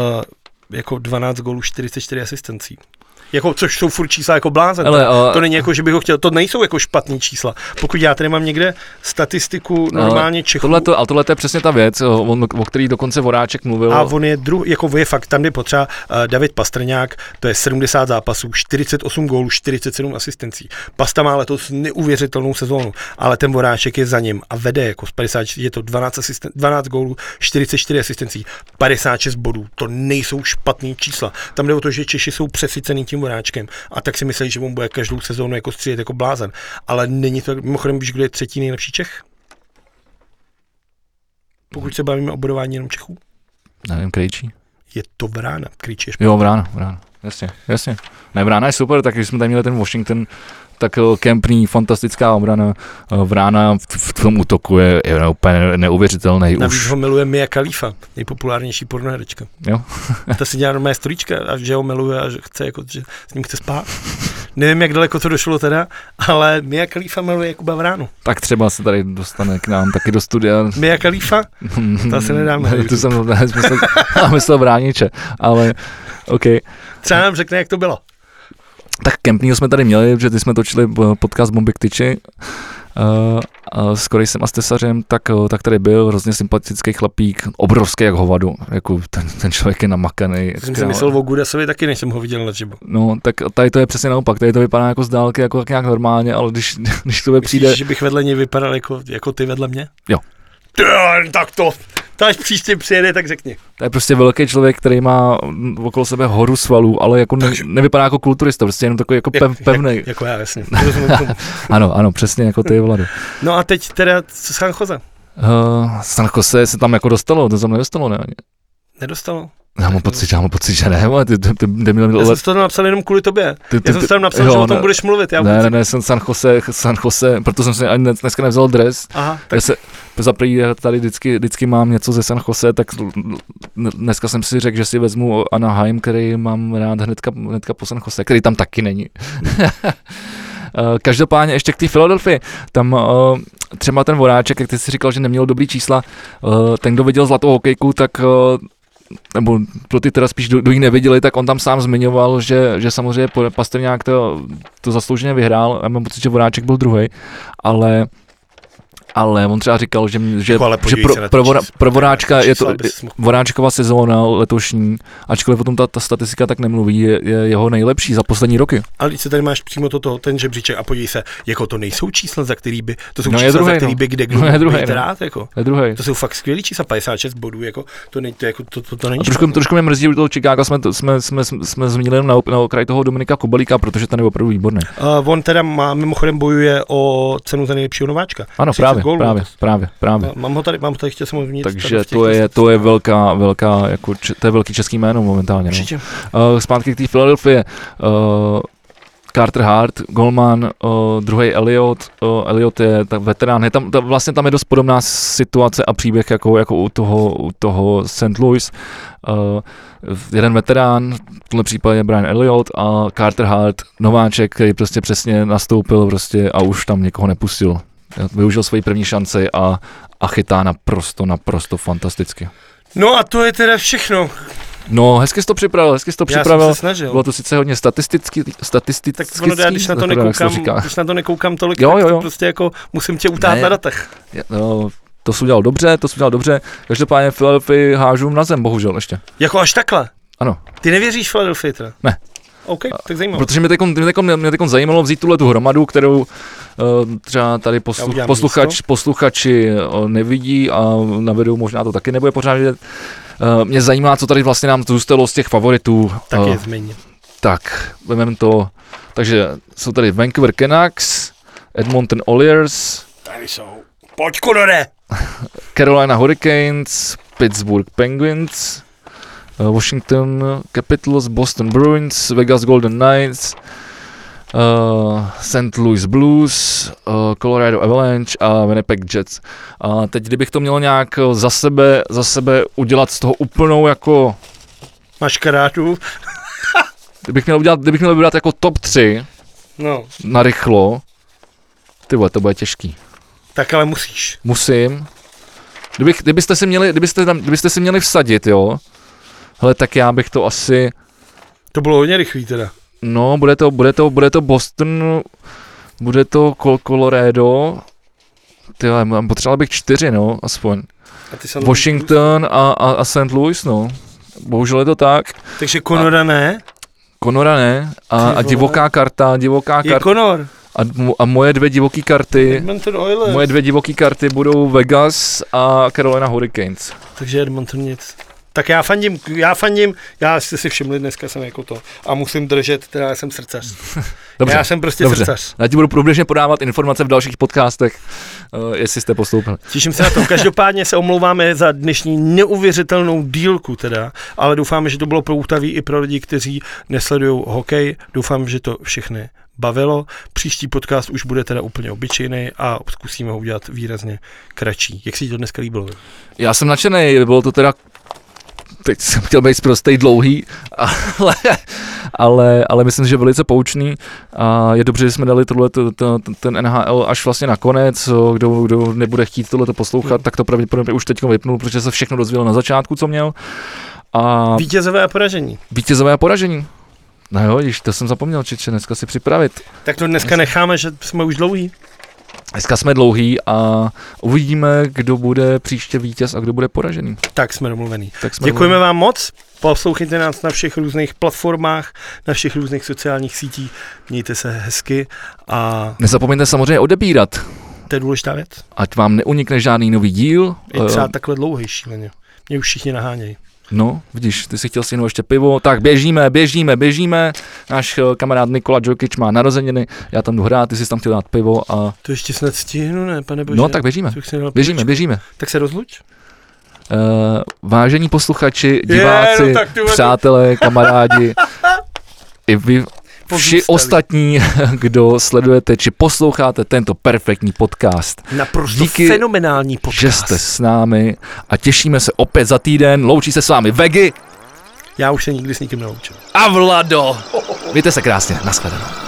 Jako 12 gólů, 44 asistencí. Jako, což jsou furt čísla jako blázen. To není jako, že bych ho chtěl, to nejsou jako špatný čísla. Pokud já tady mám někde statistiku normálně Čechů. Tohle je přesně ta věc, o který dokonce Voráček mluvil. A on je je fakt, tam je potřeba David Pastrňák, to je 70 zápasů, 48 gólů, 47 asistencí. Pasta má letos neuvěřitelnou sezónu, ale ten Voráček je za ním a vede jako z 50, je to 12 gólů, 44 asistencí, 56 bodů. To nejsou špatný čísla. Tam jde o to, že Češi jsou přesycený tím Voráčkem a tak si myslí, že on bude každou sezónu jako střílet jako blázen. Ale není to, mimochodem, víš, kdo je 3. nejlepší Čech? Pokud se bavíme o bodování jenom Čechů? Nevím, Krejčí. Je to Vrána. Krejčí je špatný. Jo, Vrána. Jasně. Ne, Vrána je super, tak když jsme tady měli ten Washington, tak Kempný, fantastická obrana, Vrána v tom útoku je úplně neuvěřitelný. Navíc ho miluje Mia Khalifa, nejpopulárnější pornoherečka. Jo. Ta si dělá normální storíčka a že ho miluje a že chce, jako, že s ním chce spát. Nevím, jak daleko to došlo teda, ale Mia Khalifa miluje Jakuba Vránu. Tak třeba se tady dostane k nám taky do studia. Mia Khalifa? To se nedáme. Tu jsem myslel Vrániče, ale OK. Třeba nám řekne, jak to bylo. Tak Kempnýho jsme tady měli, že ty jsme točili podcast Bomby k tyči S Korejsem a s Tesařem, tak tady byl hrozně sympatický chlapík, obrovský jak hovado, jako ten člověk je namakaný. Jsem si myslel o Gudasovi taky, než jsem ho viděl naživo. No, tak tady to je přesně naopak, tady to vypadá jako z dálky, jako nějak normálně, ale když to přijde... Myslíš, že bych vedle něj vypadal jako ty vedle mě? Jo. Tak to až příště přijede, tak řekni. To je prostě velký člověk, který má okolo sebe horu svalů, ale jako nevypadá jako kulturista, prostě jenom takový jako pevný. Jako já, jasně. Ano, přesně jako ty, Vlado. No a teď teda San Jose. San Jose se tam jako dostalo, to tam nedostalo, ne? Nedostalo? Já mám pocit, že ne, Já jsem to napsal jenom kvůli tobě. Já jsem se tam napsal, že o tom budeš mluvit. Ne, jsem San Jose, proto jsem si ani dneska nevzal dres. Aha, tak... Zaprý tady vždycky mám něco ze San Jose, tak dneska jsem si řekl, že si vezmu Anaheim, který mám rád hnedka po San Jose, který tam taky není. Každopádně ještě k té Philadelphii, tam třeba ten Voráček, jak ty jsi říkal, že neměl dobrý čísla, ten, kdo viděl Zlatou hokejku, tak nebo pro ty teda spíš kdo jí neviděli, tak on tam sám zmiňoval, že samozřejmě Pastrňák to zaslouženě vyhrál, já mám pocit, že Voráček byl druhý, ale on třeba říkal, že pro Voráčka je to Voráčkova sezóna letošní, ačkoliv potom ta statistika tak nemluví, je jeho nejlepší za poslední roky. Ale když se tady máš přímo ten žebříček a podívej se, jako to nejsou čísla, za který by, to jsou čísla, za který by kde kdo být rád, jako. To jsou fakt skvělý čísla, 56 bodů, jako to není. Trošku mě mrzí, u toho Chicaga jsme zmínili na okraj toho Dominika Kubalíka, protože ten je opravdu výborný. On teda mimochodem bojuje o cenu za nejlepšího nováčka. Ano, Právě. Mám ho tady, chtěl jsem ho zmínit. Takže to je velká, jako, to je velký český jméno momentálně. No. Zpátky k té Philadelphii. Carter Hart, golman, druhý Elliot je tak veterán. Vlastně tam je dost podobná situace a příběh jako u toho St. Louis. Jeden veterán, v tomhle případě Brian Elliott a Carter Hart, nováček, který prostě přesně nastoupil prostě a už tam někoho nepustil. Využil svoji první šanci a chytá naprosto fantasticky. No a to je teda všechno. No, hezky jsi to připravil. Já jsem se snažil. Bylo to sice hodně statistický. Tak ono, když na to nekoukám tolik, tak to prostě jako musím tě utát na datech. No, to jsi udělal dobře. Každopádně Philadelphii hážu na zem, bohužel ještě. Jako až takhle? Ano. Ty nevěříš Philadelphii teda? Ne. OK, tak zajímavé. Protože mě teď zajímalo vzít tuhletu hromadu, kterou třeba tady posluchači nevidí a na videu možná to taky nebude pořád vidět. Mě zajímá, co tady vlastně nám zůstalo z těch favoritů. Tak je změní. Tak, vezmeme to. Takže jsou tady Vancouver Canucks, Edmonton Oilers. Tady jsou. Pojď, Conore! Carolina Hurricanes, Pittsburgh Penguins, Washington Capitals, Boston Bruins, Vegas Golden Knights, St. Louis Blues, Colorado Avalanche a Winnipeg Jets. A teď, kdybych to měl nějak za sebe udělat z toho úplnou jako... Maškarádu. kdybych měl vybrat jako top 3 na rychlo, ty vole, to bude těžký. Tak ale musíš. Musím. Kdybyste si měli vsadit, jo, hele, tak já bych to asi... To bylo hodně rychlý teda. No, bude to Boston, bude to Colorado, tyhle, potřeboval bych 4, no, aspoň. Washington a St. Louis, no. Bohužel je to tak. Takže Conora ne? Conora ne. A divoká karta. Je Conor. A moje dvě divoké karty budou Vegas a Carolina Hurricanes. Takže Edmonton nic. Tak já jste si všimli, dneska jsem jako to a musím držet, teda já jsem srdcař. Dobře, já jsem prostě srdcař. Já ti budu průběžně podávat informace v dalších podcastech, jestli jste postoupili. Těším se na to. Každopádně se omlouváme za dnešní neuvěřitelnou dílku teda, ale doufáme, že to bylo proutavý i pro lidi, kteří nesledují hokej. Doufám, že to všechny bavilo. Příští podcast už bude teda úplně obyčejný a zkusíme ho udělat výrazně kratší. Jak se ti to dneska líbilo? Já jsem nadšenej, bylo to teda teď jsem chtěl být prostej dlouhý, ale myslím, že velice poučný a je dobře, že jsme dali ten NHL až vlastně nakonec, kdo nebude chtít tohleto poslouchat, tak to pravděpodobně už teď vypnul, protože se všechno dozvěděl na začátku, co měl. A vítězové a poražení. No jo, to jsem zapomněl, Čiče, dneska si připravit. Tak to dneska necháme, že jsme už dlouhý. Dneska jsme dlouhý a uvidíme, kdo bude příště vítěz a kdo bude poražený. Tak jsme domluvený. Děkujeme vám moc. Poslouchejte nás na všech různých platformách, na všech různých sociálních sítích. Mějte se hezky a... Nezapomeňte samozřejmě odebírat. To je důležitá věc. Ať vám neunikne žádný nový díl. Je třeba takhle dlouhý šíleně. Mě už všichni nahánějí. No, vidíš, ty si chtěl si ještě pivo. Tak běžíme. Náš kamarád Nikola Djokic má narozeniny, já tam jdu hrát, ty jsi tam chtěl dát pivo a... To ještě snad stihnu, ne, pane bože? No, tak běžíme. Tak se rozluč. Vážení posluchači, diváci, přátelé, kamarádi, i vy vši ostatní, kdo sledujete či posloucháte tento perfektní podcast. Naprosto díky, fenomenální podcast. Že jste s námi a těšíme se opět za týden. Loučí se s vámi Vegy. Já už se nikdy s nikým neloučil. A Vlado. Mějte se krásně. Nashledanou.